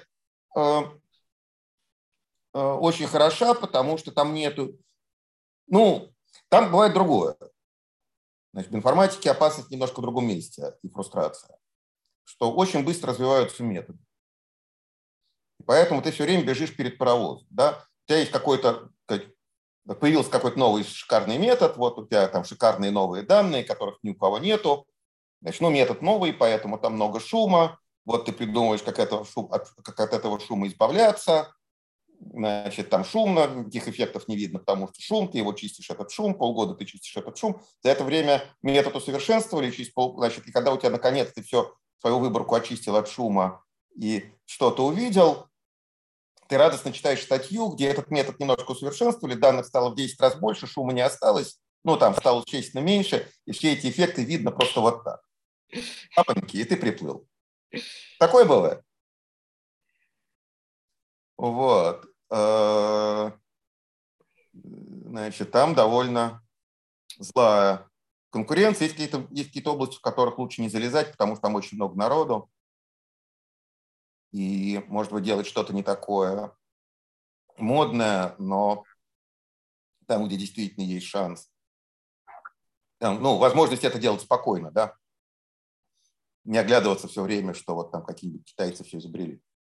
S2: очень хороша, потому что там нету... там бывает другое. Значит, в информатике опасность немножко в другом месте и фрустрация. Что очень быстро развиваются методы. И поэтому ты все время бежишь перед паровозом. Да? У тебя есть появился какой-то новый шикарный метод, у тебя шикарные новые данные, которых ни у кого нету. Значит, метод новый, поэтому там много шума. Ты придумываешь, как от этого шума избавляться. Значит, там шумно, никаких эффектов не видно, потому что шум, ты его чистишь, этот шум, полгода ты чистишь этот шум. За это время метод усовершенствовали, и когда у тебя наконец ты свою выборку очистил от шума, и что-то увидел, ты радостно читаешь статью, где этот метод немножко усовершенствовали, данных стало в 10 раз больше, шума не осталось, ну, там стало существенно меньше, и все эти эффекты видно просто вот так. Апаньки, и ты приплыл. Такое бывает. Вот. Значит, там довольно злая конкуренция. Есть какие-то области, в которых лучше не залезать, потому что там очень много народу. И, может быть, делать что-то не такое модное, но там, где действительно есть шанс. Там, ну, возможность это делать спокойно, да. Не оглядываться все время, что вот там какие-нибудь китайцы все изобрели.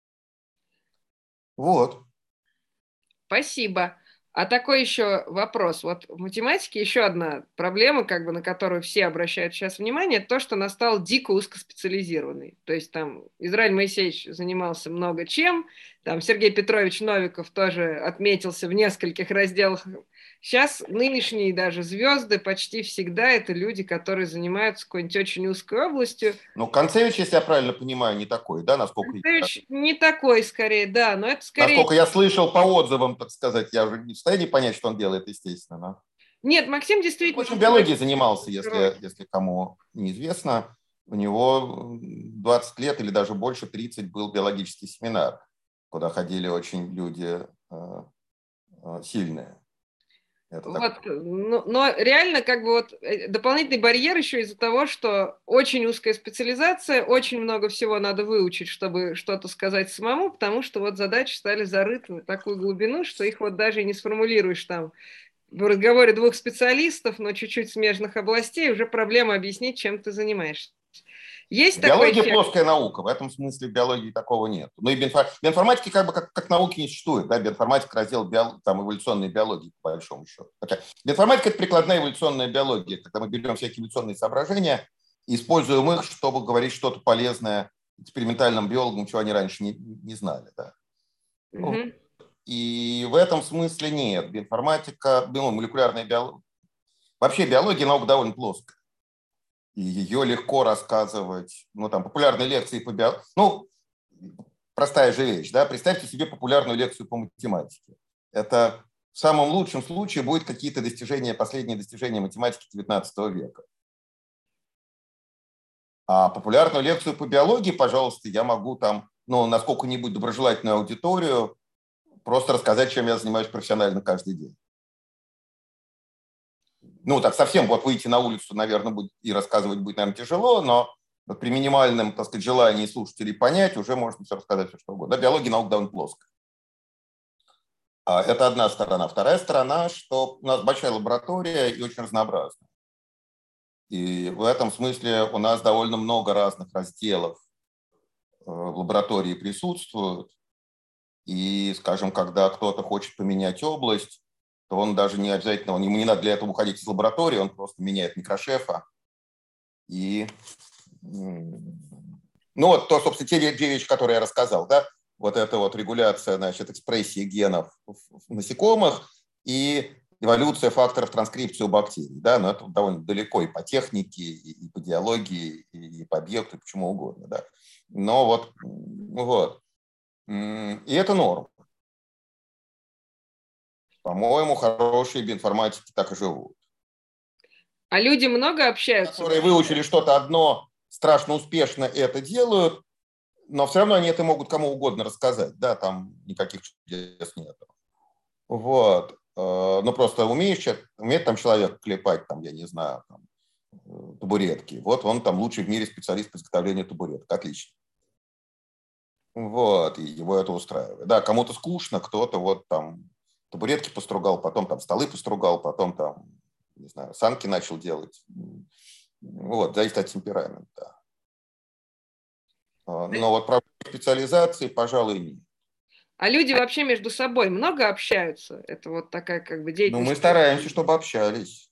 S2: Вот.
S1: Спасибо. А такой еще вопрос. Вот в математике еще одна проблема, как бы, на которую все обращают сейчас внимание, то, что она стала дико узкоспециализированной. То есть там Израиль Моисеевич занимался много чем, там Сергей Петрович Новиков тоже отметился в нескольких разделах. Сейчас нынешние даже звезды почти всегда это люди, которые занимаются какой-нибудь очень узкой областью.
S2: Ну, Концевич, если я правильно понимаю, не такой, да, насколько
S1: Не такой, скорее, да, но это скорее...
S2: Насколько я слышал по отзывам, так сказать, я уже не в состоянии понять, что он делает, естественно. Но...
S1: Нет, Максим действительно...
S2: Очень биологией занимался, если кому неизвестно. У него 20 лет или даже больше, 30, был биологический семинар, куда ходили очень люди сильные. Это
S1: Вот,
S2: так...
S1: но реально как бы вот дополнительный барьер еще из-за того, что очень узкая специализация, очень много всего надо выучить, чтобы что-то сказать самому, потому что вот задачи стали зарыты в такую глубину, что их вот даже и не сформулируешь там в разговоре двух специалистов, но чуть-чуть смежных областей, уже проблема объяснить, чем ты занимаешься. Есть такой
S2: Биология
S1: эффект?
S2: плоская наука, в этом смысле в биологии такого нет. Ну и биоинформатики как бы как науки не существует. Да? Биоинформатика раздел там, эволюционной биологии, по большому счету. Биоинформатика – это прикладная эволюционная биология, когда мы берем всякие эволюционные соображения и используем их, чтобы говорить что-то полезное экспериментальным биологам, чего они раньше не знали. Да?
S1: Угу.
S2: И в этом смысле нет. Биоинформатика, молекулярная биология. Вообще биология наука довольно плоская. И ее легко рассказывать. Ну, там, популярные лекции по биологии. Ну, простая же вещь, да? Представьте себе популярную лекцию по математике. Это в самом лучшем случае будет какие-то достижения, последние достижения математики XIX века. А популярную лекцию по биологии, пожалуйста, я могу там, ну, на сколько-нибудь доброжелательную аудиторию просто рассказать, чем я занимаюсь профессионально каждый день. Ну, так совсем вот выйти на улицу, наверное, будет и рассказывать будет, наверное, тяжело, но вот при минимальном, так сказать, желании слушателей понять уже можно все рассказать, все что угодно. Да, биология наука довольно плоская. Это одна сторона. Вторая сторона, что у нас большая лаборатория и очень разнообразная. И в этом смысле у нас довольно много разных разделов в лаборатории присутствуют. И, скажем, когда кто-то хочет поменять область, то он даже не обязательно, ему не надо для этого уходить из лаборатории, он просто меняет микрошефа. И, ну вот то, собственно, те вещи, которые я рассказал, да, вот это вот регуляция, значит, экспрессии генов в насекомых и эволюция факторов транскрипции у бактерий, да, но это довольно далеко и по технике, и по биологии, и по объекту, и почему угодно, да. Но вот. И это норм. По-моему, хорошие биоинформатики так и живут.
S1: А люди много общаются?
S2: Которые выучили что-то одно, страшно успешно это делают, но все равно они это могут кому угодно рассказать. Да, там никаких чудес нет. Вот. Ну, просто умеет там человек клепать, там, я не знаю, там, табуретки. Вот он там лучший в мире специалист по изготовлению табуреток. Отлично. Вот, и его это устраивает. Да, кому-то скучно, кто-то вот там табуретки постругал, потом там столы постругал, потом там, не знаю, санки начал делать. Вот, зависит от темперамента. Но вот про специализации, пожалуй, нет.
S1: А люди вообще между собой много общаются? Это вот такая как бы
S2: Ну,
S1: деятельность.
S2: мы стараемся, чтобы общались.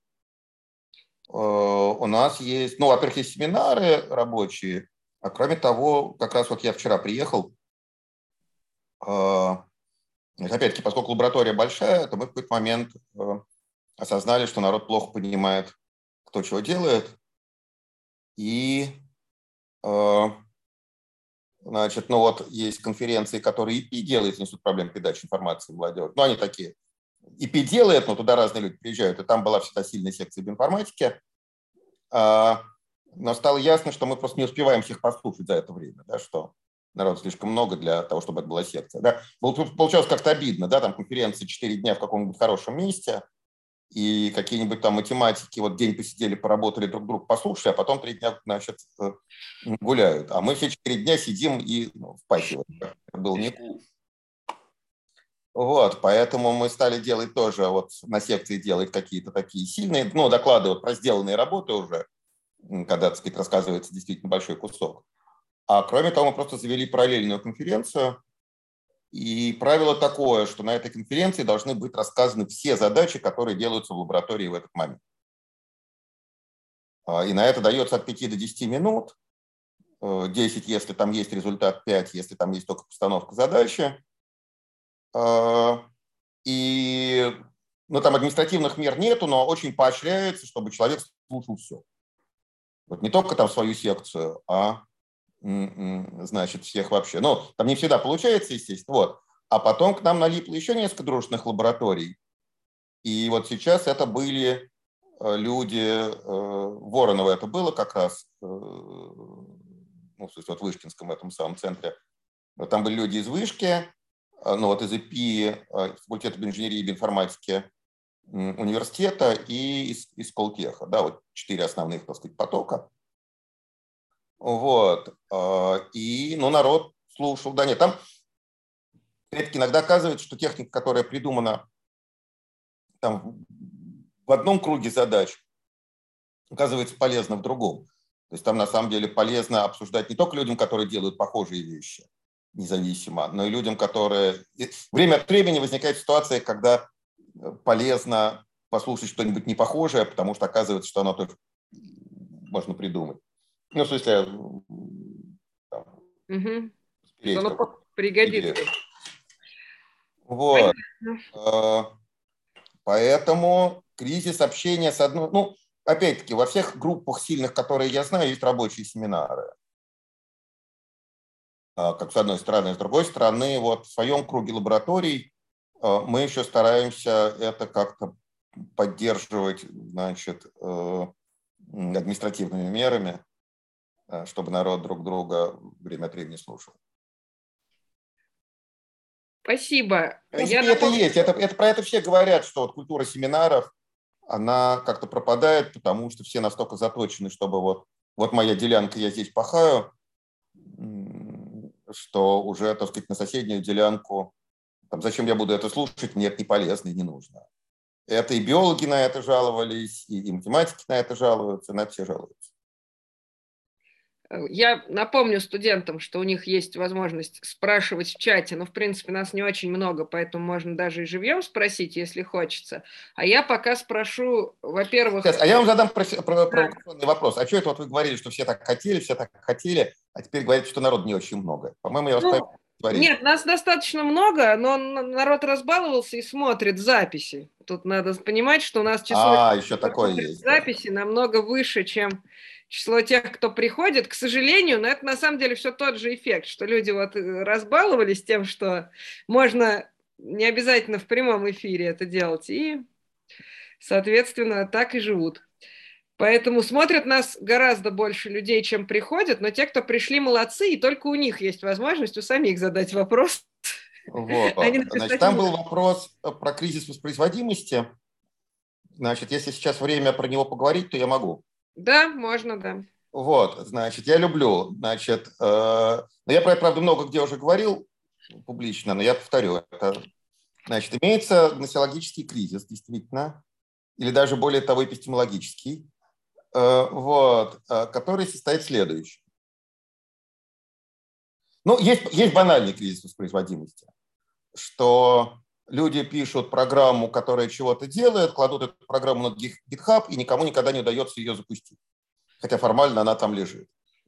S2: У нас есть, ну, во-первых, есть семинары рабочие, а кроме того, как раз вот я вчера приехал, опять-таки, поскольку лаборатория большая, то мы в какой-то момент осознали, что народ плохо понимает, кто чего делает, и Значит, ну вот есть конференции, которые EP делают, несут проблем передачи информации молодежи. Ну, они такие. EP делает, но туда разные люди приезжают. И там была всегда сильная секция биоинформатики. Но стало ясно, что мы просто не успеваем всех послушать за это время, да, что народу слишком много для того, чтобы это была секция. Да. Получалось как-то обидно, да, там конференции 4 дня в каком-нибудь хорошем месте, и какие-нибудь там математики вот день посидели, поработали, друг друга послушали, а потом 3 дня, значит, гуляют. А мы все 4 дня сидим и впахиваем. Это было не cool. Вот, поэтому мы стали делать тоже, вот на секции делать какие-то такие сильные, ну, доклады вот про сделанные работы уже, когда, так сказать, рассказывается действительно большой кусок. А кроме того, мы просто завели параллельную конференцию, и правило такое, что на этой конференции должны быть рассказаны все задачи, которые делаются в лаборатории в этот момент. И на это дается от 5 до 10 минут, 10, если там есть результат, 5, если там есть только постановка задачи. И ну, там административных мер нету, но очень поощряется, чтобы человек слушал все. Вот не только там свою секцию, а значит, всех вообще. Ну, там не всегда получается, естественно. Вот. А потом к нам налипло еще несколько дружных лабораторий. И вот сейчас это были люди, Воронова это было как раз, ну, в смысле, вот в Вышкинском этом самом центре. Там были люди из Вышки, ну, вот из ИПИ, факультета инженерии и биоинформатики университета и из Колтеха. Да, вот 4 основных, так сказать, потока. Вот. И, ну, народ слушал. Да нет, там иногда оказывается, что техника, которая придумана там в одном круге задач, оказывается полезна в другом. То есть там на самом деле полезно обсуждать не только людям, которые делают похожие вещи, независимо, но и людям, которые... Время от времени возникает ситуация, когда полезно послушать что-нибудь непохожее, потому что оказывается, что оно тоже можно придумать. Ну, в смысле...
S1: Что оно пригодится.
S2: Вот. Поэтому кризис общения с одной... Ну, опять-таки, во всех группах сильных, которые я знаю, есть рабочие семинары. Как с одной стороны. С другой стороны, вот в своем круге лабораторий мы еще стараемся это как-то поддерживать, значит, административными мерами, чтобы народ друг друга время от времени слушал.
S1: Спасибо.
S2: В принципе, это есть. Это про это все говорят, что вот культура семинаров, она как-то пропадает, потому что все настолько заточены, чтобы вот моя делянка, я здесь пахаю, что уже, так сказать, на соседнюю делянку, там, зачем я буду это слушать, мне это не полезно и не нужно. Это и биологи на это жаловались, и математики на это жалуются, на это все жалуются.
S1: Я напомню студентам, что у них есть возможность спрашивать в чате, но, в принципе, нас не очень много, поэтому можно даже и живьем спросить, если хочется. А я пока спрошу, во-первых...
S2: Сейчас, а я вам задам провокационный вопрос. А что это вот вы говорили, что все так хотели, а теперь говорите, что народ не очень много? По-моему, я вас говорил.
S1: Нет, нас достаточно много, но народ разбаловался и смотрит записи. Тут надо понимать, что у нас число
S2: еще такое есть,
S1: записи намного выше, чем число тех, кто приходит. К сожалению, но это на самом деле все тот же эффект, что люди вот разбаловались тем, что можно не обязательно в прямом эфире это делать, и, соответственно, так и живут. Поэтому смотрят нас гораздо больше людей, чем приходят, но те, кто пришли, молодцы, и только у них есть возможность у самих задать вопрос.
S2: Вот. Значит, там был вопрос про кризис воспроизводимости. Значит, если сейчас время про него поговорить, то я могу.
S1: Да, можно, да.
S2: Вот, значит, я люблю, значит, я про это, правда, много где уже говорил публично, но я повторю это. Значит, имеется гносеологический кризис, действительно, или даже более того, эпистемологический, вот, который состоит в следующем. Ну, есть банальный кризис воспроизводимости, что люди пишут программу, которая чего-то делает, кладут эту программу на GitHub, и никому никогда не удается ее запустить. Хотя формально она там лежит.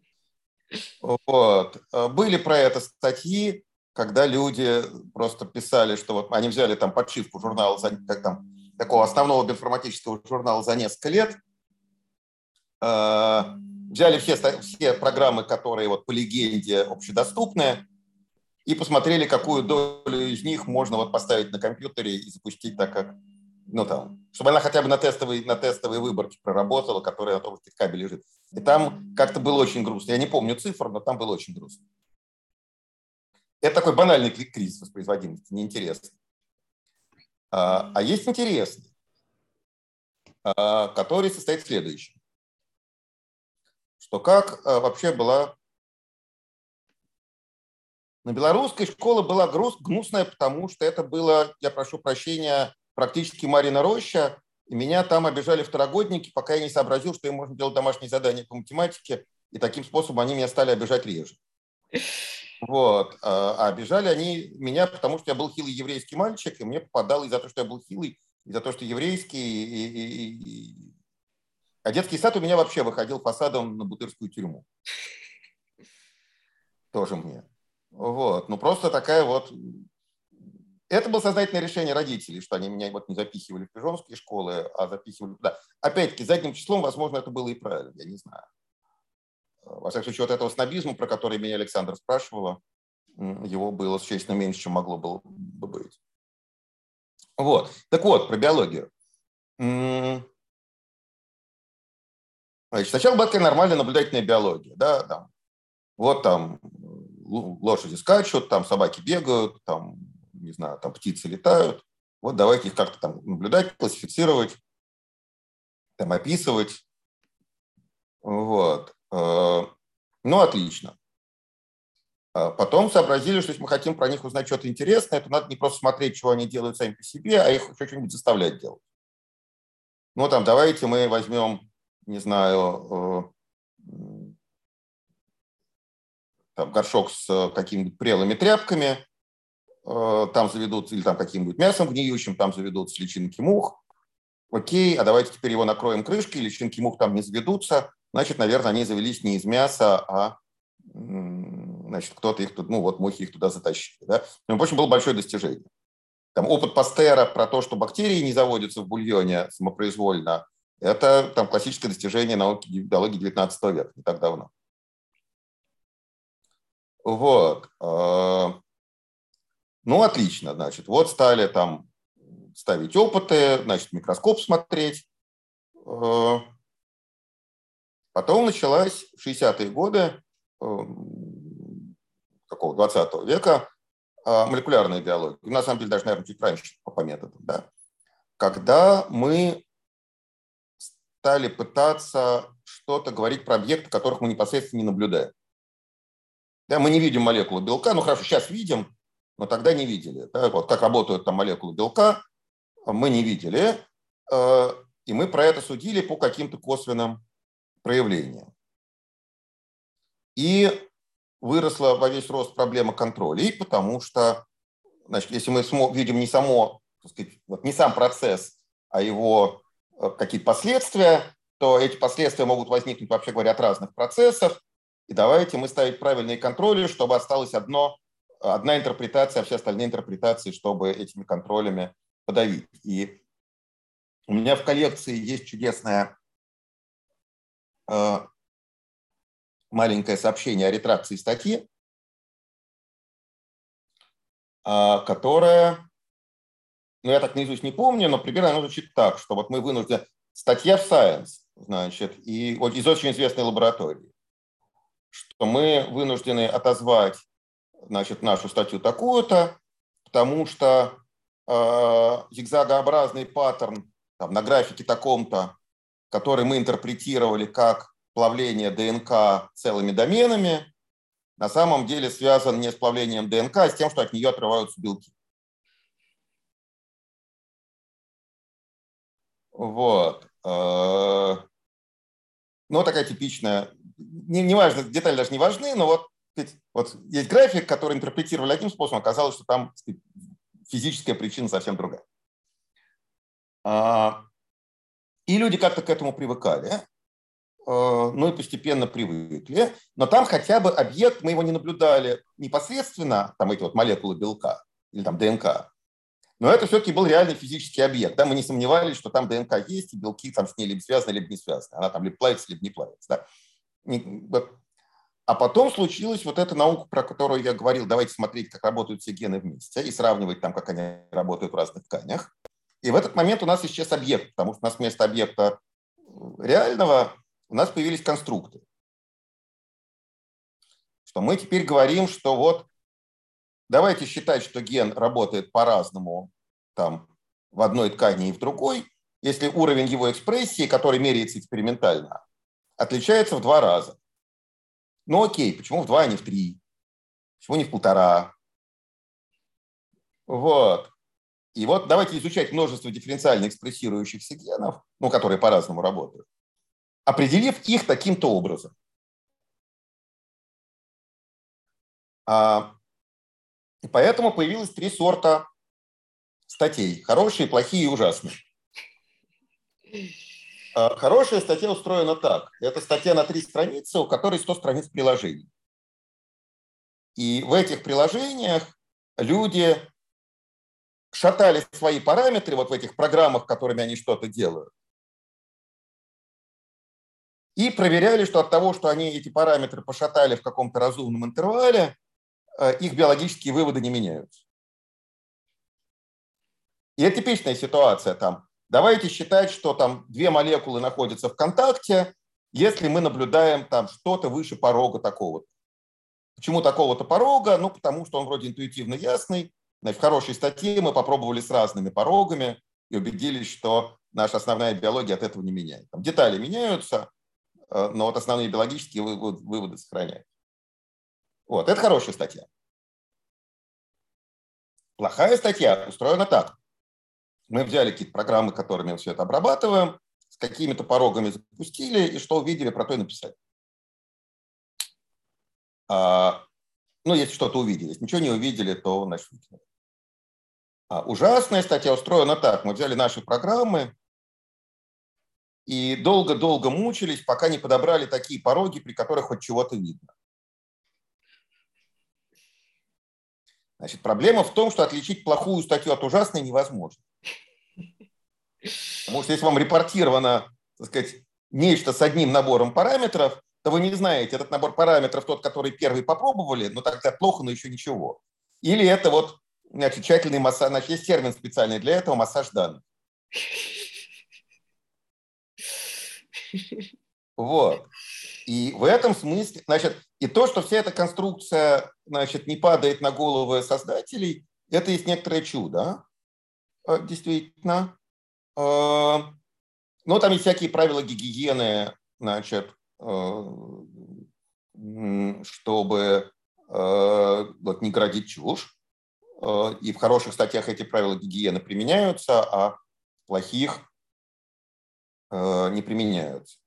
S2: Вот. Были про это статьи, когда люди просто писали, что вот они взяли там подшивку журнала, как там, такого основного биоинформатического журнала за несколько лет, взяли все программы, которые вот по легенде общедоступны, и посмотрели, какую долю из них можно вот поставить на компьютере и запустить так, как, ну там, чтобы она хотя бы на тестовой выборке проработала, которая на том же кабеле лежит. И там как-то было очень грустно. Я не помню цифр, но там было очень грустно. Это такой банальный кризис воспроизводимости, неинтересный. А есть интересный, который состоит в следующем. Что как вообще была... На белорусской школа была гнусная, потому что это было, я прошу прощения, практически Марьина роща, и меня там обижали второгодники, пока я не сообразил, что им можно делать домашние задания по математике, и таким способом они меня стали обижать реже. Вот. А обижали они меня, потому что я был хилый еврейский мальчик, и мне попадало и за то, что я был хилый, и за то, что еврейский. А детский сад у меня вообще выходил фасадом на Бутырскую тюрьму. Тоже мне. Вот. Ну, просто такая вот... Это было сознательное решение родителей, что они меня вот не запихивали в пижонские школы, а запихивали туда. Опять-таки, задним числом, возможно, это было и правильно, я не знаю. Во всяком случае, вот этого снобизма, про который меня Александр спрашивала, его было существенно меньше, чем могло было бы быть. Вот. Так вот, про биологию. Значит, сначала была такая нормальная наблюдательная биология. Да? Там, вот там лошади скачут, там собаки бегают, там, не знаю, там птицы летают. Вот давайте их как-то там наблюдать, классифицировать, там описывать. Вот. Ну, отлично. Потом сообразили, что если мы хотим про них узнать что-то интересное, то надо не просто смотреть, что они делают сами по себе, а их еще что-нибудь заставлять делать. Ну, там, давайте мы возьмем, не знаю, там, горшок с какими-нибудь прелыми тряпками, там заведутся, или там каким-нибудь мясом гниющим, там заведутся личинки мух. Окей, а давайте теперь его накроем крышкой, личинки мух там не заведутся. Значит, наверное, они завелись не из мяса, а значит, кто-то их тут, ну вот мухи их туда затащили. Да? В общем, было большое достижение. Там опыт Пастера про то, что бактерии не заводятся в бульоне самопроизвольно, это там классическое достижение науки биологии 19 века, не так давно. Вот. Ну, отлично, значит. Вот стали там ставить опыты, значит, микроскоп смотреть. Потом началась в 60-е годы такого 20 века молекулярная биология. На самом деле, даже, наверное, чуть раньше по методам, да. Когда мы стали пытаться что-то говорить про объекты, которых мы непосредственно не наблюдаем. Да, мы не видим молекулы белка, ну хорошо, сейчас видим, но тогда не видели. Да, вот как работают там молекулы белка, мы не видели, и мы про это судили по каким-то косвенным проявлениям. И выросла во весь рост проблема контролей, потому что, значит, если мы видим не само, так сказать, вот не сам процесс, а его какие-то последствия, то эти последствия могут возникнуть, вообще говоря, от разных процессов. И давайте мы ставить правильные контроли, чтобы осталась одна интерпретация, а все остальные интерпретации, чтобы этими контролями подавить. И у меня в коллекции есть чудесное маленькое сообщение о ретракции статьи, которая, ну я так наизусть не помню, но примерно оно звучит так, что вот мы вынуждены... Статья в Science, значит, и вот из очень известной лаборатории, что мы вынуждены отозвать, значит, нашу статью такую-то, потому что зигзагообразный паттерн там, на графике таком-то, который мы интерпретировали как плавление ДНК целыми доменами, на самом деле связан не с плавлением ДНК, а с тем, что от нее отрываются белки. Вот. Ну, такая типичная, неважно, детали даже не важны, но вот есть график, который интерпретировали одним способом, оказалось, что там физическая причина совсем другая. И люди как-то к этому привыкали, ну и постепенно привыкли, но там хотя бы объект, мы его не наблюдали непосредственно, там эти вот молекулы белка или там ДНК, но это все-таки был реальный физический объект. Да? Мы не сомневались, что там ДНК есть, и белки там с ней либо связаны, либо не связаны. Она там либо плавится, либо не плавится. Да? А потом случилась вот эта наука, про которую я говорил, давайте смотреть, как работают все гены вместе, и сравнивать там, как они работают в разных тканях. И в этот момент у нас исчез объект, потому что у нас вместо объекта реального у нас появились конструкты. Что мы теперь говорим, что вот давайте считать, что ген работает по-разному там, в одной ткани и в другой, если уровень его экспрессии, который меряется экспериментально, отличается в 2 раза. Ну окей, почему в 2, а не в 3? Почему не в 1,5? Вот. И вот давайте изучать множество дифференциально экспрессирующихся генов, ну, которые по-разному работают, определив их таким-то образом. И поэтому появилось 3 сорта статей. Хорошие, плохие и ужасные. Хорошая статья устроена так. Это статья на 3 страницы, у которой 100 страниц приложений. И в этих приложениях люди шатали свои параметры вот в этих программах, которыми они что-то делают, и проверяли, что от того, что они эти параметры пошатали в каком-то разумном интервале, их биологические выводы не меняются. И это типичная ситуация там. Давайте считать, что там 2 молекулы находятся в контакте, если мы наблюдаем там что-то выше порога такого-то. Почему такого-то порога? Ну, потому что он вроде интуитивно ясный. В хорошей статье мы попробовали с разными порогами и убедились, что наша основная биология от этого не меняет. Там детали меняются, но вот основные биологические выводы сохраняются. Вот, это хорошая статья. Плохая статья устроена так. Мы взяли какие-то программы, которыми мы все это обрабатываем, с какими-то порогами запустили, и что увидели, про то и написали. Ну, если что-то увидели. Если ничего не увидели, то значит выкинули. Ужасная статья устроена так. Мы взяли наши программы и долго-долго мучились, пока не подобрали такие пороги, при которых хоть чего-то видно. Значит, проблема в том, что отличить плохую статью от ужасной невозможно. Потому что если вам репортировано, так сказать, нечто с одним набором параметров, то вы не знаете, этот набор параметров тот, который первый попробовали, но тогда плохо, но еще ничего. Или это вот, значит, тщательный массаж, значит, есть термин специальный для этого, массаж данных. Вот. И в этом смысле, значит, и то, что вся эта конструкция, значит, не падает на головы создателей, это есть некоторое чудо, действительно. Но там есть всякие правила гигиены, значит, чтобы вот, не городить чушь. И в хороших статьях эти правила гигиены применяются, а в плохих не применяются.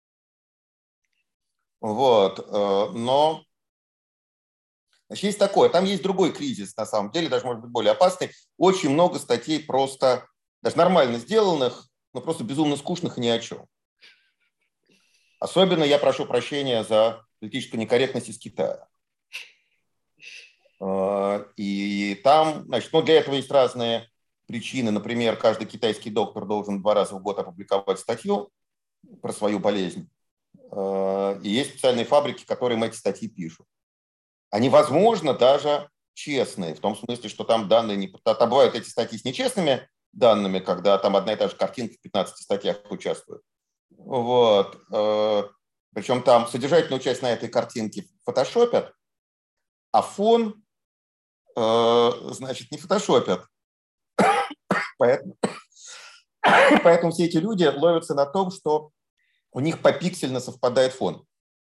S2: Вот. Но значит, есть такое. Там есть другой кризис, на самом деле, даже, может быть, более опасный. Очень много статей просто, даже нормально сделанных, но просто безумно скучных и ни о чем. Особенно я прошу прощения за политическую некорректность из Китая. И там, значит, ну, для этого есть разные причины. Например, каждый китайский доктор должен 2 раза в год опубликовать статью про свою болезнь. И есть специальные фабрики, которые им эти статьи пишут. Они, возможно, даже честные, в том смысле, что там данные не... Там бывают эти статьи с нечестными данными, когда там одна и та же картинка в 15 статьях участвует. Вот. Причем там содержательную часть на этой картинке фотошопят, а фон, значит, не фотошопят. Поэтому все эти люди ловятся на том, что у них попиксельно совпадает фон.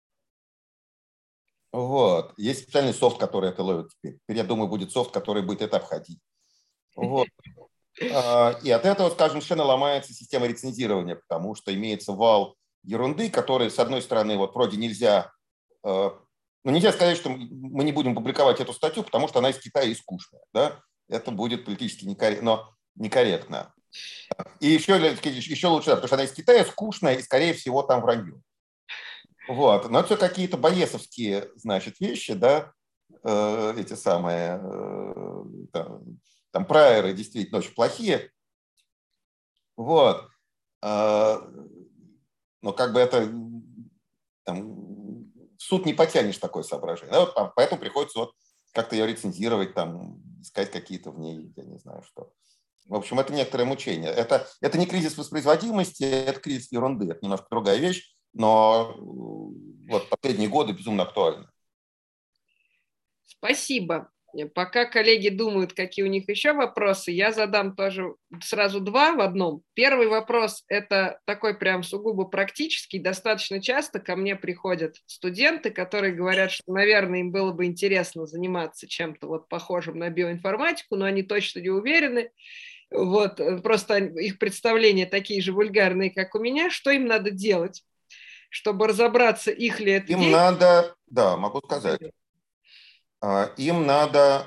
S2: Вот. Есть специальный софт, который это ловит теперь. Теперь, я думаю, будет софт, который будет это обходить. Вот. И от этого, скажем, совершенно ломается система рецензирования, потому что имеется вал ерунды, который, с одной стороны, вот вроде нельзя... Ну, нельзя сказать, что мы не будем публиковать эту статью, потому что она из Китая и скучная. Да? Это будет политически некорректно. И еще лучше, потому что она из Китая скучная и, скорее всего, там вранье. Вот. Но это все какие-то боесовские, значит, вещи, да, эти самые, там прайеры действительно очень плохие. Вот. Но как бы это там, суд не потянешь такое соображение. Да, вот, поэтому приходится вот как-то ее рецензировать, там, искать какие-то в ней, я не знаю что. В общем, это некоторое мучение. Это не кризис воспроизводимости, это кризис ерунды. Это немножко другая вещь, но вот последние годы безумно актуальны.
S1: Спасибо. Пока коллеги думают, какие у них еще вопросы, я задам тоже сразу два в одном. Первый вопрос – это такой прям сугубо практический. Достаточно часто ко мне приходят студенты, которые говорят, что, наверное, им было бы интересно заниматься чем-то вот похожим на биоинформатику, но они точно не уверены. Вот, просто их представления такие же вульгарные, как у меня. Что им надо делать, чтобы разобраться, их ли это
S2: Им
S1: деятельность?
S2: надо, да, могу сказать, им надо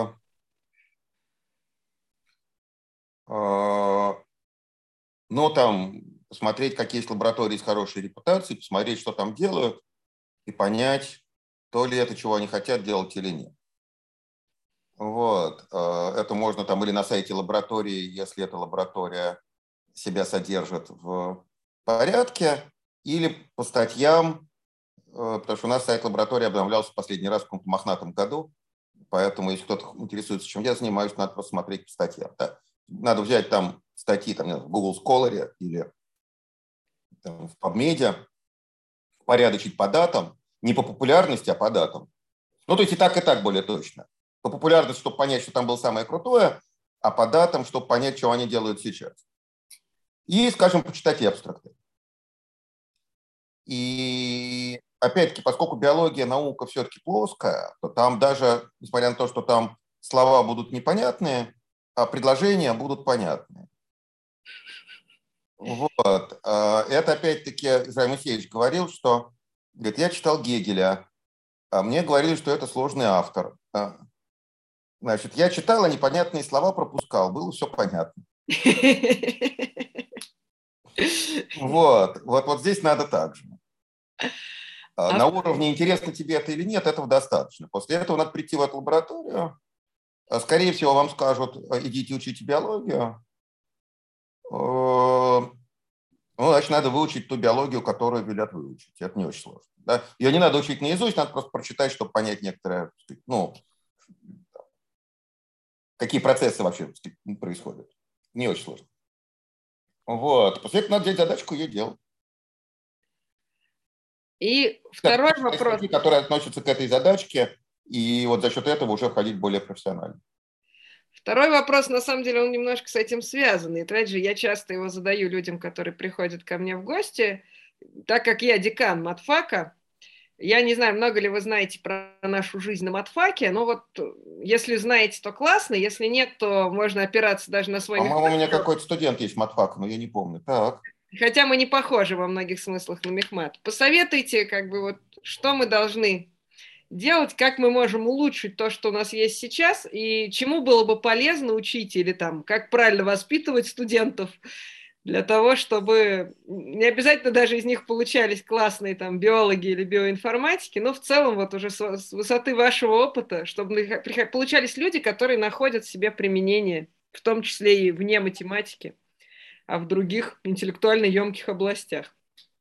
S2: ну, там, посмотреть, какие есть лаборатории с хорошей репутацией, посмотреть, что там делают, и понять, то ли это, чего они хотят делать или нет. Вот. Это можно там или на сайте лаборатории, если эта лаборатория себя содержит в порядке, или по статьям, потому что у нас сайт лаборатории обновлялся в последний раз в каком-то мохнатом году, поэтому если кто-то интересуется, чем я занимаюсь, надо просто смотреть по статьям. Да? Надо взять там статьи там, в Google Scholar или там, в PubMed, порядочить по датам, не по популярности, а по датам. Ну, то есть и так более точно. По популярности, чтобы понять, что там было самое крутое, а по датам, чтобы понять, что они делают сейчас. И, скажем, почитать абстракты. И, опять-таки, поскольку биология, наука все-таки плоская, то там даже, несмотря на то, что там слова будут непонятные, а предложения будут понятные. Вот. Это, опять-таки, Израиль Моисеевич говорил, что, говорит, я читал Гегеля, а мне говорили, что это сложный автор. Значит, я читал, а непонятные слова пропускал, было все понятно. Вот здесь надо так же. На уровне, интересно тебе это или нет, этого достаточно. После этого надо прийти в эту лабораторию. Скорее всего, вам скажут, идите учите биологию. Ну, значит, надо выучить ту биологию, которую велят выучить. Это не очень сложно. Да? Ее не надо учить наизусть, надо просто прочитать, чтобы понять некоторые, ну, какие процессы вообще происходят. Не очень сложно. Вот. После этого надо взять задачку и ее делать.
S1: И второй вопрос.
S2: Статьи, которые относятся к этой задачке, и вот за счет этого уже входить более профессионально.
S1: Второй вопрос, на самом деле, он немножко с этим связан. И опять же, я часто его задаю людям, которые приходят ко мне в гости. Так как я декан матфака, я не знаю, много ли вы знаете про нашу жизнь на матфаке, но вот если знаете, то классно, если нет, то можно опираться даже на свой мехмат.
S2: По-моему, у меня какой-то студент есть матфак, но я не помню. Так.
S1: Хотя мы не похожи во многих смыслах на мехмат. Посоветуйте, как бы вот, что мы должны делать, как мы можем улучшить то, что у нас есть сейчас, и чему было бы полезно учить, или там, как правильно воспитывать студентов, для того, чтобы не обязательно даже из них получались классные там биологи или биоинформатики, но в целом вот уже с высоты вашего опыта, чтобы получались люди, которые находят в себе применение, в том числе и вне математики, а в других интеллектуально емких областях.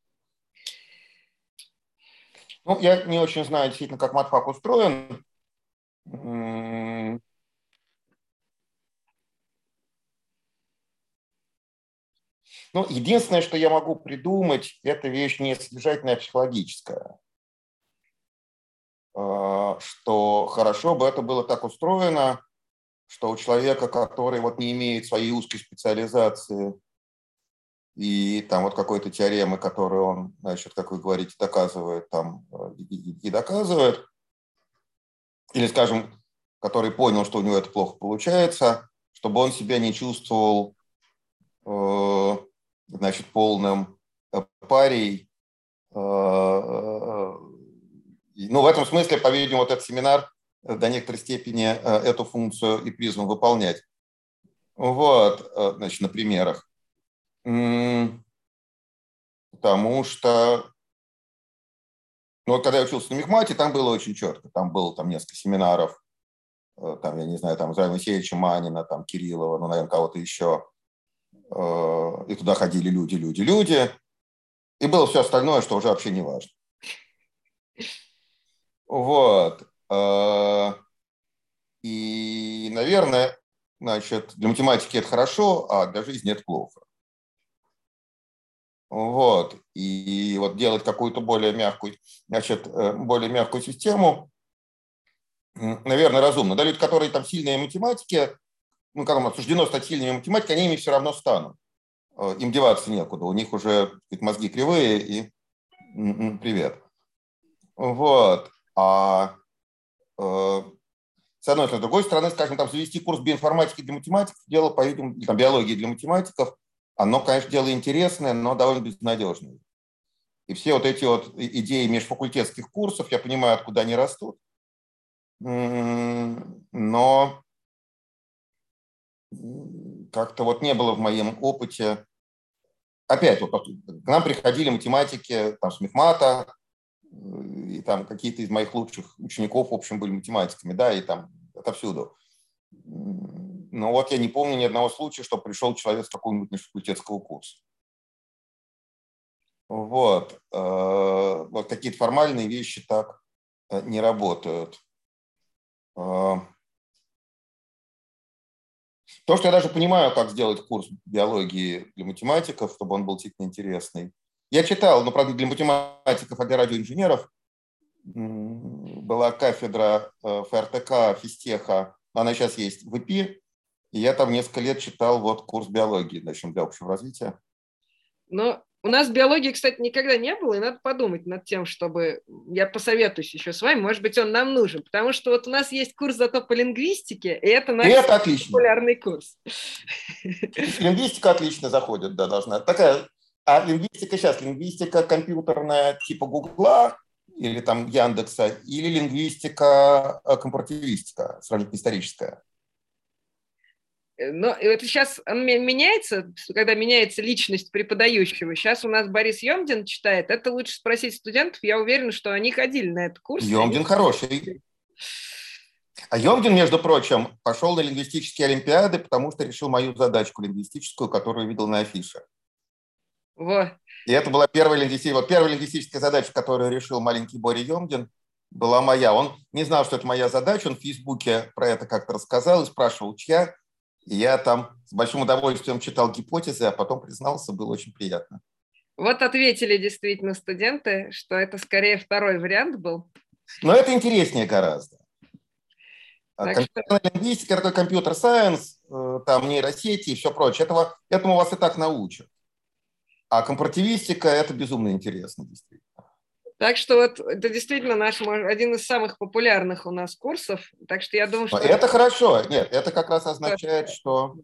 S2: Ну, я не очень знаю действительно, как матфак устроен. Ну, единственное, что я могу придумать, это вещь не содержательная, а психологическая. Что хорошо бы это было так устроено, что у человека, который вот не имеет своей узкой специализации и там вот какой-то теоремы, которую он, значит, как вы говорите, доказывает там и доказывает, или, скажем, который понял, что у него это плохо получается, чтобы он себя не чувствовал, значит, полным парией. Ну, в этом смысле, по-видимому, вот этот семинар до некоторой степени эту функцию и призван выполнять. Вот, значит, на примерах. Потому что, ну, когда я учился на мехмате, там было очень четко. Там было там несколько семинаров, там, я не знаю, там Израиля Моисеевича Манина, там Кириллова, ну, наверное, кого-то еще. И туда ходили люди. И было все остальное, что уже вообще не важно. Вот. И, наверное, значит, для математики это хорошо, а для жизни это плохо. Вот. И вот делать какую-то более мягкую, значит, более мягкую систему, наверное, разумно. Да, люди, которые там сильные математики, ну, как им суждено стать сильными математиками, они ими все равно станут. Им деваться некуда. У них уже, так сказать, мозги кривые, и привет. Вот. С одной стороны. С другой стороны, скажем, там, завести курс биоинформатики для математиков, дело, по-видимому, там, биологии для математиков, оно, конечно, дело интересное, но довольно безнадежное. И все вот эти вот идеи межфакультетских курсов, я понимаю, откуда они растут, но как-то вот не было в моем опыте. Опять, вот к нам приходили математики там, с мехмата, и там какие-то из моих лучших учеников, в общем, были математиками, да, и там отовсюду. Но вот я не помню ни одного случая, что пришел человек с какого-нибудь межфакультетского курса. Вот. Вот какие-то формальные вещи так не работают. То, что я даже понимаю, как сделать курс биологии для математиков, чтобы он был действительно интересный. Я читал, но, правда, для математиков, а для радиоинженеров была кафедра ФРТК, физтеха, она сейчас есть в ИПИ, и я там несколько лет читал вот курс биологии для общего развития.
S1: Но у нас биологии, кстати, никогда не было, и надо подумать над тем, чтобы... Я посоветуюсь еще с вами, может быть, он нам нужен, потому что вот у нас есть курс зато по лингвистике, и это наш популярный курс.
S2: Лингвистика отлично заходит, да, должна. Такая, а лингвистика сейчас, лингвистика компьютерная типа Гугла или там Яндекса, или лингвистика компаративистика, сравнительно-историческая?
S1: Но это сейчас меняется, когда меняется личность преподающего. Сейчас у нас Борис Емдин читает. Это лучше спросить студентов. Я уверена, что они ходили на этот курс.
S2: Емдин хороший. А Емдин, между прочим, пошел на лингвистические олимпиады, потому что решил мою задачку лингвистическую, которую видел на афише.
S1: Вот.
S2: И это была первая лингвистическая задача, которую решил маленький Боря Емдин, была моя. Он не знал, что это моя задача, он в Фейсбуке про это как-то рассказал и спрашивал, чья. И я там с большим удовольствием читал гипотезы, а потом признался, было очень приятно.
S1: Вот ответили действительно студенты, что это скорее второй вариант был.
S2: Но это интереснее гораздо. Компьютерная лингвистика, такой компьютер-сайенс, там нейросети и все прочее. Этому вас и так научат. А компаративистика – это безумно интересно, действительно.
S1: Так что вот это действительно один из самых популярных у нас курсов. Так что я думаю, что...
S2: Это хорошо. Нет, это как раз означает, что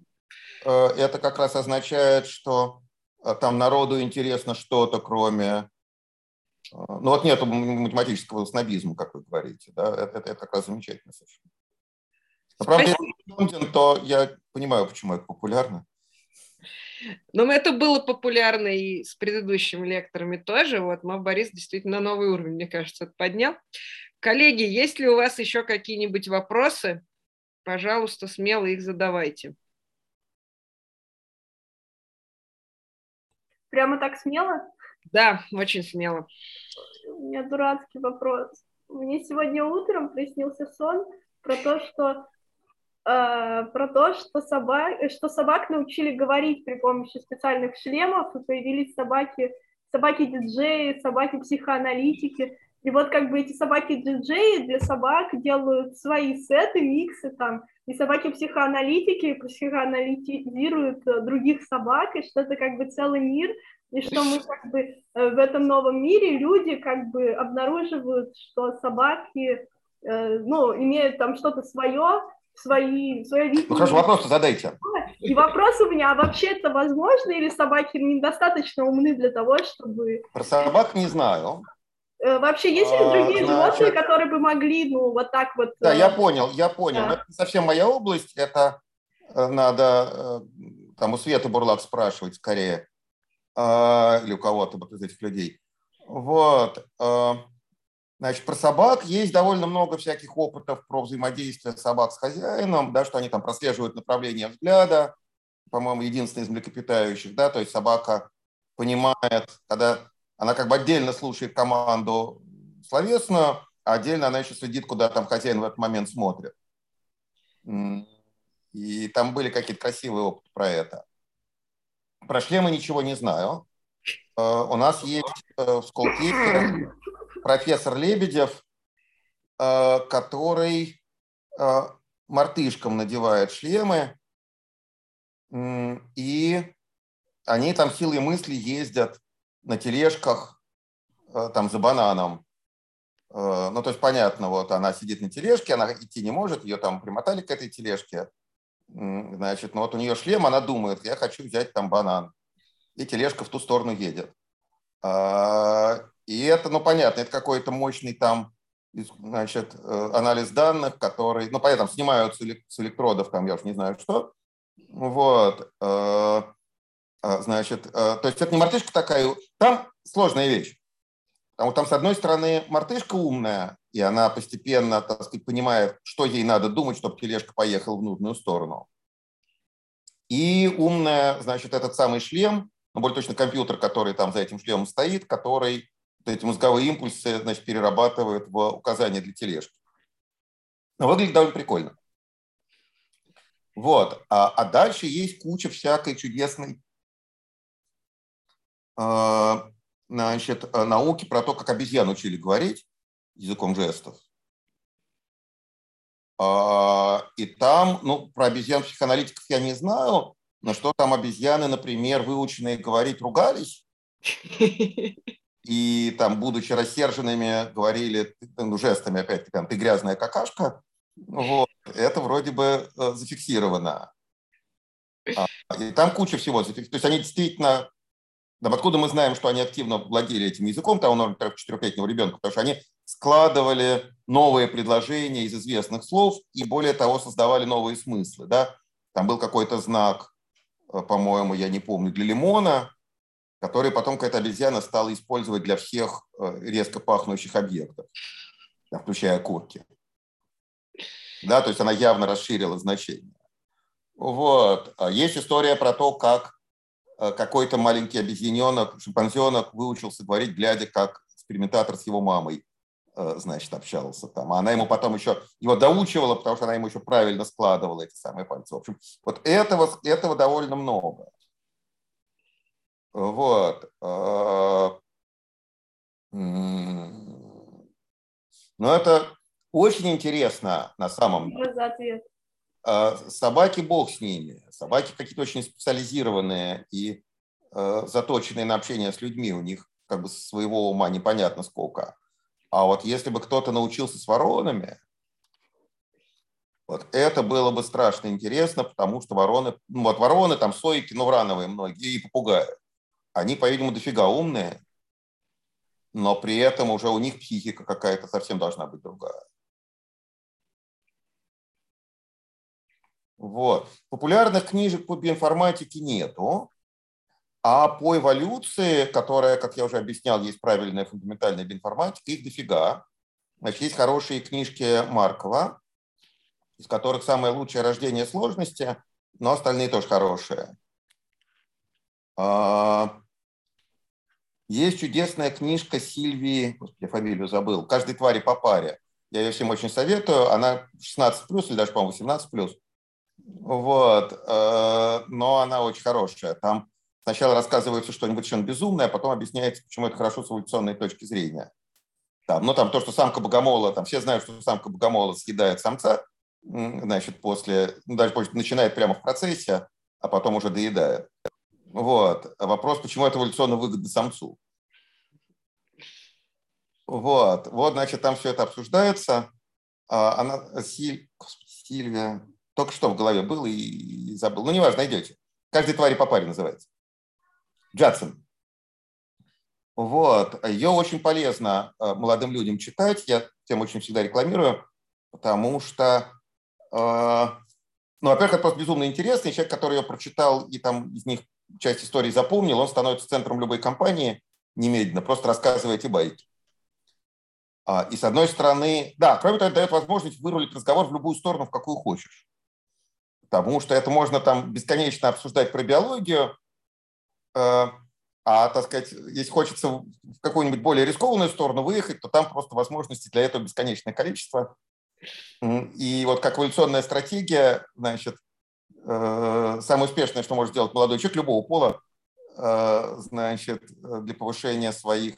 S2: там народу интересно что-то, кроме... Ну вот нету математического снобизма, как вы говорите. Да? Это как раз замечательно совершенно. Но, правда, если то я понимаю, почему это популярно.
S1: Но это было популярно и с предыдущими лекторами тоже. Вот, но Борис действительно на новый уровень, мне кажется, это поднял. Коллеги, есть ли у вас еще какие-нибудь вопросы? Пожалуйста, смело их задавайте.
S4: Прямо так смело?
S1: Да, очень смело.
S4: У меня дурацкий вопрос. Мне сегодня утром приснился сон про то, что собак научили говорить при помощи специальных шлемов, и появились собаки-диджеи, собаки-психоаналитики. И вот как бы эти собаки-диджеи для собак делают свои сеты, миксы там, и собаки-психоаналитики психоанализируют других собак, и что это как бы целый мир, и что мы как бы в этом новом мире люди как бы обнаруживают, что собаки, имеют там что-то свое, свое видение.
S2: Ну хорошо, вопрос задайте.
S4: И вопрос у меня, а вообще это возможно, или собаки недостаточно умны для того, чтобы...
S2: Про собак не знаю.
S4: Вообще есть ли другие животные, которые бы могли, вот так вот...
S2: Да, я понял. Да. Но это не совсем моя область, это надо там у Светы Бурлак спрашивать скорее, или у кого-то из этих людей. Вот. Значит, про собак есть довольно много всяких опытов про взаимодействие собак с хозяином, да, что они там прослеживают направление взгляда, по-моему, единственный из млекопитающих, да, то есть собака понимает, когда она как бы отдельно слушает команду словесную, а отдельно она еще следит, куда там хозяин в этот момент смотрит. И там были какие-то красивые опыты про это. Про шлемы ничего не знаю. У нас есть в Сколтехе профессор Лебедев, который мартышкам надевает шлемы, и они там силой мысли ездят на тележках там за бананом. Ну, то есть, понятно, вот она сидит на тележке, она идти не может, ее там примотали к этой тележке. Значит, ну вот у нее шлем, она думает, я хочу взять там банан. И тележка в ту сторону едет. И это, ну, понятно, это какой-то мощный там, значит, анализ данных, который, ну, понятно, снимаются с электродов, там, я уж не знаю что. Вот. Значит, то есть это не мартышка такая, там сложная вещь. Там, с одной стороны, мартышка умная, и она постепенно, так сказать, понимает, что ей надо думать, чтобы тележка поехала в нужную сторону. И умная, значит, этот самый шлем, ну, более точно компьютер, который там за этим шлемом стоит, который вот эти мозговые импульсы, значит, перерабатывает в указания для тележки. Но выглядит довольно прикольно. Вот. А дальше есть куча всякой чудесной значит, науки про то, как обезьян учили говорить языком жестов. И там, ну, про обезьян-психоаналитиков я не знаю, но что там обезьяны, например, выученные говорить, ругались, и там, будучи рассерженными, говорили, ну, жестами, опять-таки, там, ты грязная какашка, вот, это вроде бы зафиксировано. И там куча всего зафиксировано. То есть они действительно... Там откуда мы знаем, что они активно владели этим языком, того, например, 4-летнего ребенка, потому что они складывали новые предложения из известных слов и, более того, создавали новые смыслы. Да? Там был какой-то знак, по-моему, я не помню, для лимона, который потом какая-то обезьяна стала использовать для всех резко пахнущих объектов, включая окурки. Да, то есть она явно расширила значение. Вот. Есть история про то, как какой-то маленький обезьяненок, шимпанзенок выучился говорить, глядя, как экспериментатор с его мамой, значит, общался там. А она ему потом еще его доучивала, потому что она ему еще правильно складывала эти самые пальцы. В общем, вот этого довольно много. Вот. Но это очень интересно на самом деле.
S4: За ответ.
S2: Собаки, бог с ними. Собаки какие-то очень специализированные и заточенные на общение с людьми. У них как бы своего ума непонятно сколько. А вот если бы кто-то научился с воронами, вот это было бы страшно интересно, потому что вороны, ну вот вороны, там сойки, ну врановые многие, и попугаи, они, по-видимому, дофига умные, но при этом уже у них психика какая-то совсем должна быть другая. Вот. Популярных книжек по биоинформатике нету, а по эволюции, которая, как я уже объяснял, есть правильная фундаментальная биоинформатика, их дофига. Значит, есть хорошие книжки Маркова, из которых самое лучшее рождение сложности, но остальные тоже хорошие. Есть чудесная книжка Сильвии, господи, я фамилию забыл, «Каждой твари по паре». Я ее всем очень советую. Она 16+, или даже, по-моему, 18+. Вот. Но она очень хорошая. Там сначала рассказывается что-нибудь совершенно безумное, а потом объясняется, почему это хорошо с эволюционной точки зрения. Там, ну, там то, что самка богомола, там все знают, что самка богомола съедает самца, значит, после, ну, даже начинает прямо в процессе, а потом уже доедает. Вот. А вопрос, почему это эволюционно выгодно самцу. Вот, значит, там все это обсуждается. Сильвия, только что в голове было и забыл. Ну, неважно, найдете. «Каждой твари по паре» называется. Джадсон. Вот. Ее очень полезно молодым людям читать. Я тем очень всегда рекламирую, потому что, ну, во-первых, это просто безумно интересно. И человек, который ее прочитал и там из них часть истории запомнил, он становится центром любой компании немедленно, просто рассказывая эти байки. И с одной стороны, да, кроме того, это дает возможность вырулить разговор в любую сторону, в какую хочешь. Потому что это можно там бесконечно обсуждать про биологию. А, так сказать, если хочется в какую-нибудь более рискованную сторону выехать, то там просто возможностей для этого бесконечное количество. И вот как эволюционная стратегия, значит, самое успешное, что может сделать молодой человек любого пола, значит, для повышения своих,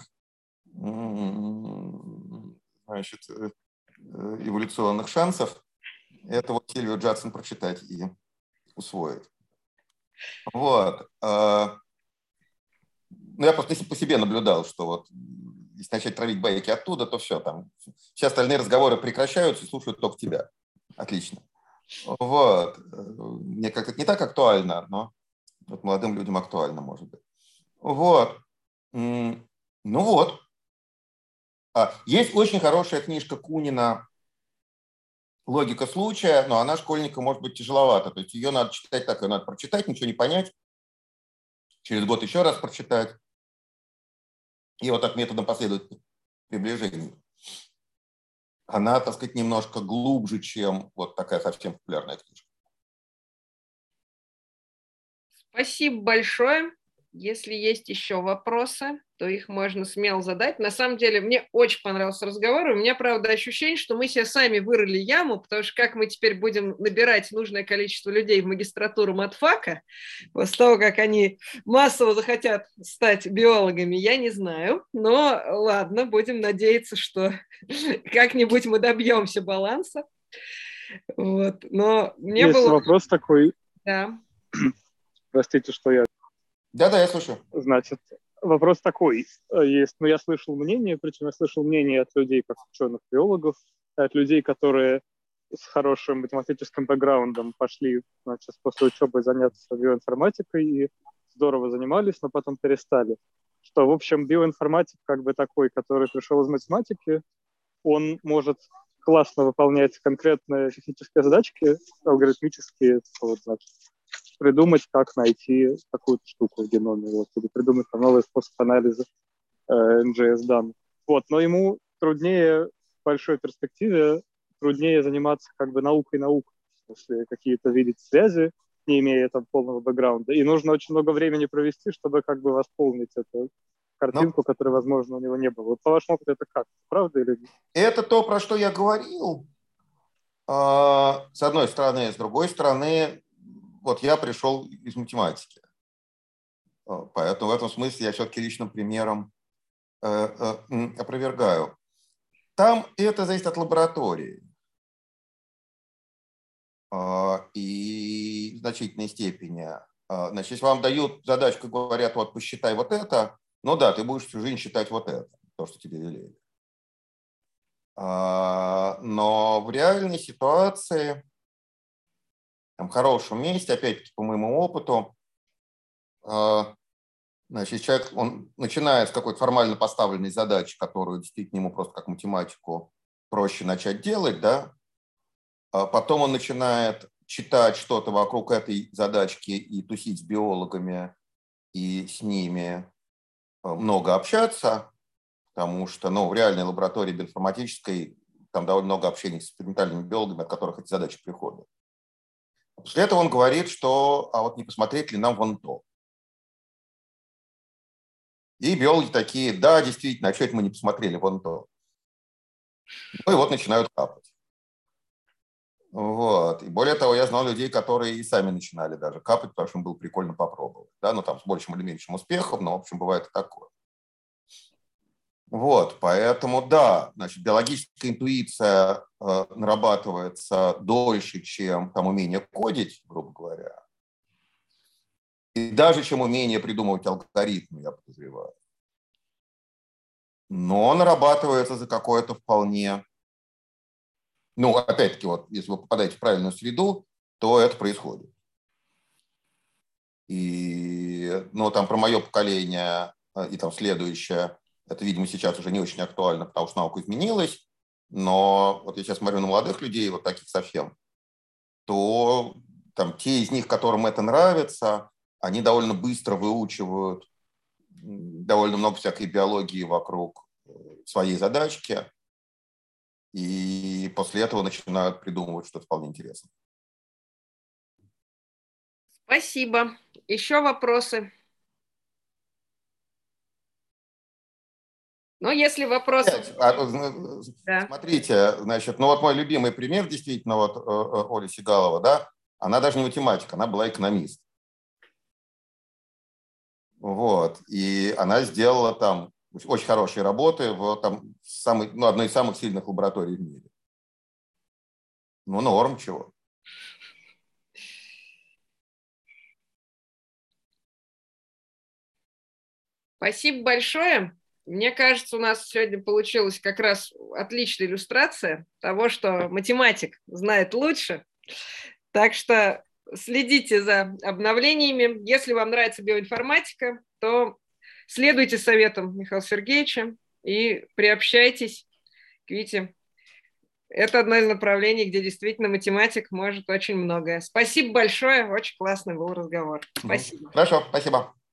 S2: значит, эволюционных шансов, это вот Сильвию Джадсон прочитать и усвоить. Вот. Ну, я просто по себе наблюдал, что вот если начать травить байки оттуда, то все, там все остальные разговоры прекращаются и слушают только тебя. Отлично. Вот. Мне как-то не так актуально, но вот молодым людям актуально, может быть. Вот. Ну вот. Есть очень хорошая книжка Кунина «Логика случая», но она школьнику может быть тяжеловата. То есть ее надо читать так, ее надо прочитать, ничего не понять, через год еще раз прочитать. И вот так методом последовательных приближений. Она, так сказать, немножко глубже, чем вот такая совсем популярная книжка.
S1: Спасибо большое. Если есть еще вопросы, то их можно смело задать. На самом деле, мне очень понравился разговор. У меня, правда, ощущение, что мы себе сами вырыли яму, потому что как мы теперь будем набирать нужное количество людей в магистратуру матфака, после того, как они массово захотят стать биологами, я не знаю. Но ладно, будем надеяться, что как-нибудь мы добьемся баланса. Вот. Но мне
S5: Есть
S1: было...
S5: вопрос такой.
S1: Да.
S5: Простите, что я...
S2: Да, я слушаю.
S5: Значит, вопрос такой есть. Ну, я слышал мнение, причем я слышал мнение от людей, как ученых-биологов, от людей, которые с хорошим математическим бэкграундом пошли, значит, после учебы заняться биоинформатикой и здорово занимались, но потом перестали. Что, в общем, биоинформатик как бы такой, который пришел из математики, он может классно выполнять конкретные технические задачки, алгоритмические, вот, значит, придумать, как найти какую-то штуку в геноме, вот, или придумать там, новый способ анализа NGS-данных. Вот, но ему труднее в большой перспективе, труднее заниматься как бы наукой, если какие-то видеть связи, не имея там полного бэкграунда. И нужно очень много времени провести, чтобы как бы восполнить эту картинку, которой, возможно, у него не было. Вот по вашему опыту это как? Правда или нет?
S2: Это то, про что я говорил. С одной стороны. С другой стороны, вот я пришел из математики. Поэтому в этом смысле я все-таки личным примером опровергаю. Там это зависит от лаборатории. И в значительной степени. Значит, если вам дают задачку и говорят, вот посчитай вот это, ну да, ты будешь всю жизнь считать вот это, то, что тебе велели. Но в реальной ситуации, в хорошем месте, опять-таки по моему опыту, значит, человек, он начинает с какой-то формально поставленной задачи, которую действительно ему просто как математику проще начать делать, да, потом он начинает читать что-то вокруг этой задачки и тусить с биологами, и с ними много общаться, потому что в реальной лаборатории биоинформатической там довольно много общения с экспериментальными биологами, от которых эти задачи приходят. После этого он говорит, что а вот не посмотреть ли нам вон то. И биологи такие, да, действительно, а что это мы не посмотрели вон то? Ну и вот начинают капать. Вот. И более того, я знал людей, которые и сами начинали даже капать, потому что им было прикольно попробовать. Да? Ну, там с большим или меньшим успехом, но, в общем, бывает и такое. Вот, поэтому, да, значит, биологическая интуиция нарабатывается дольше, чем там умение кодить, грубо говоря. И даже чем умение придумывать алгоритмы, я подозреваю. Но нарабатывается за какое-то вполне... Ну, опять-таки, вот, если вы попадаете в правильную среду, то это происходит. И, ну, там про мое поколение и там следующее, это, видимо, сейчас уже не очень актуально, потому что наука изменилась, но вот я сейчас смотрю на молодых людей, вот таких совсем, то там те из них, которым это нравится, они довольно быстро выучивают довольно много всякой биологии вокруг своей задачки, и после этого начинают придумывать что-то вполне интересное.
S1: Спасибо. Еще вопросы? Но если вопросы...
S2: Да. Смотрите, значит, ну вот мой любимый пример, действительно, вот Оля Сигалова, да, она даже не математик, она была экономист. Вот, и она сделала там очень хорошие работы в там, одной из самых сильных лабораторий в мире. Ну, норм чего.
S1: Спасибо большое. Мне кажется, у нас сегодня получилась как раз отличная иллюстрация того, что математик знает лучше. Так что следите за обновлениями. Если вам нравится биоинформатика, то следуйте советам Михаила Сергеевича и приобщайтесь к Вите. Это одно из направлений, где действительно математик может очень многое. Спасибо большое. Очень классный был разговор. Спасибо.
S2: Хорошо, спасибо.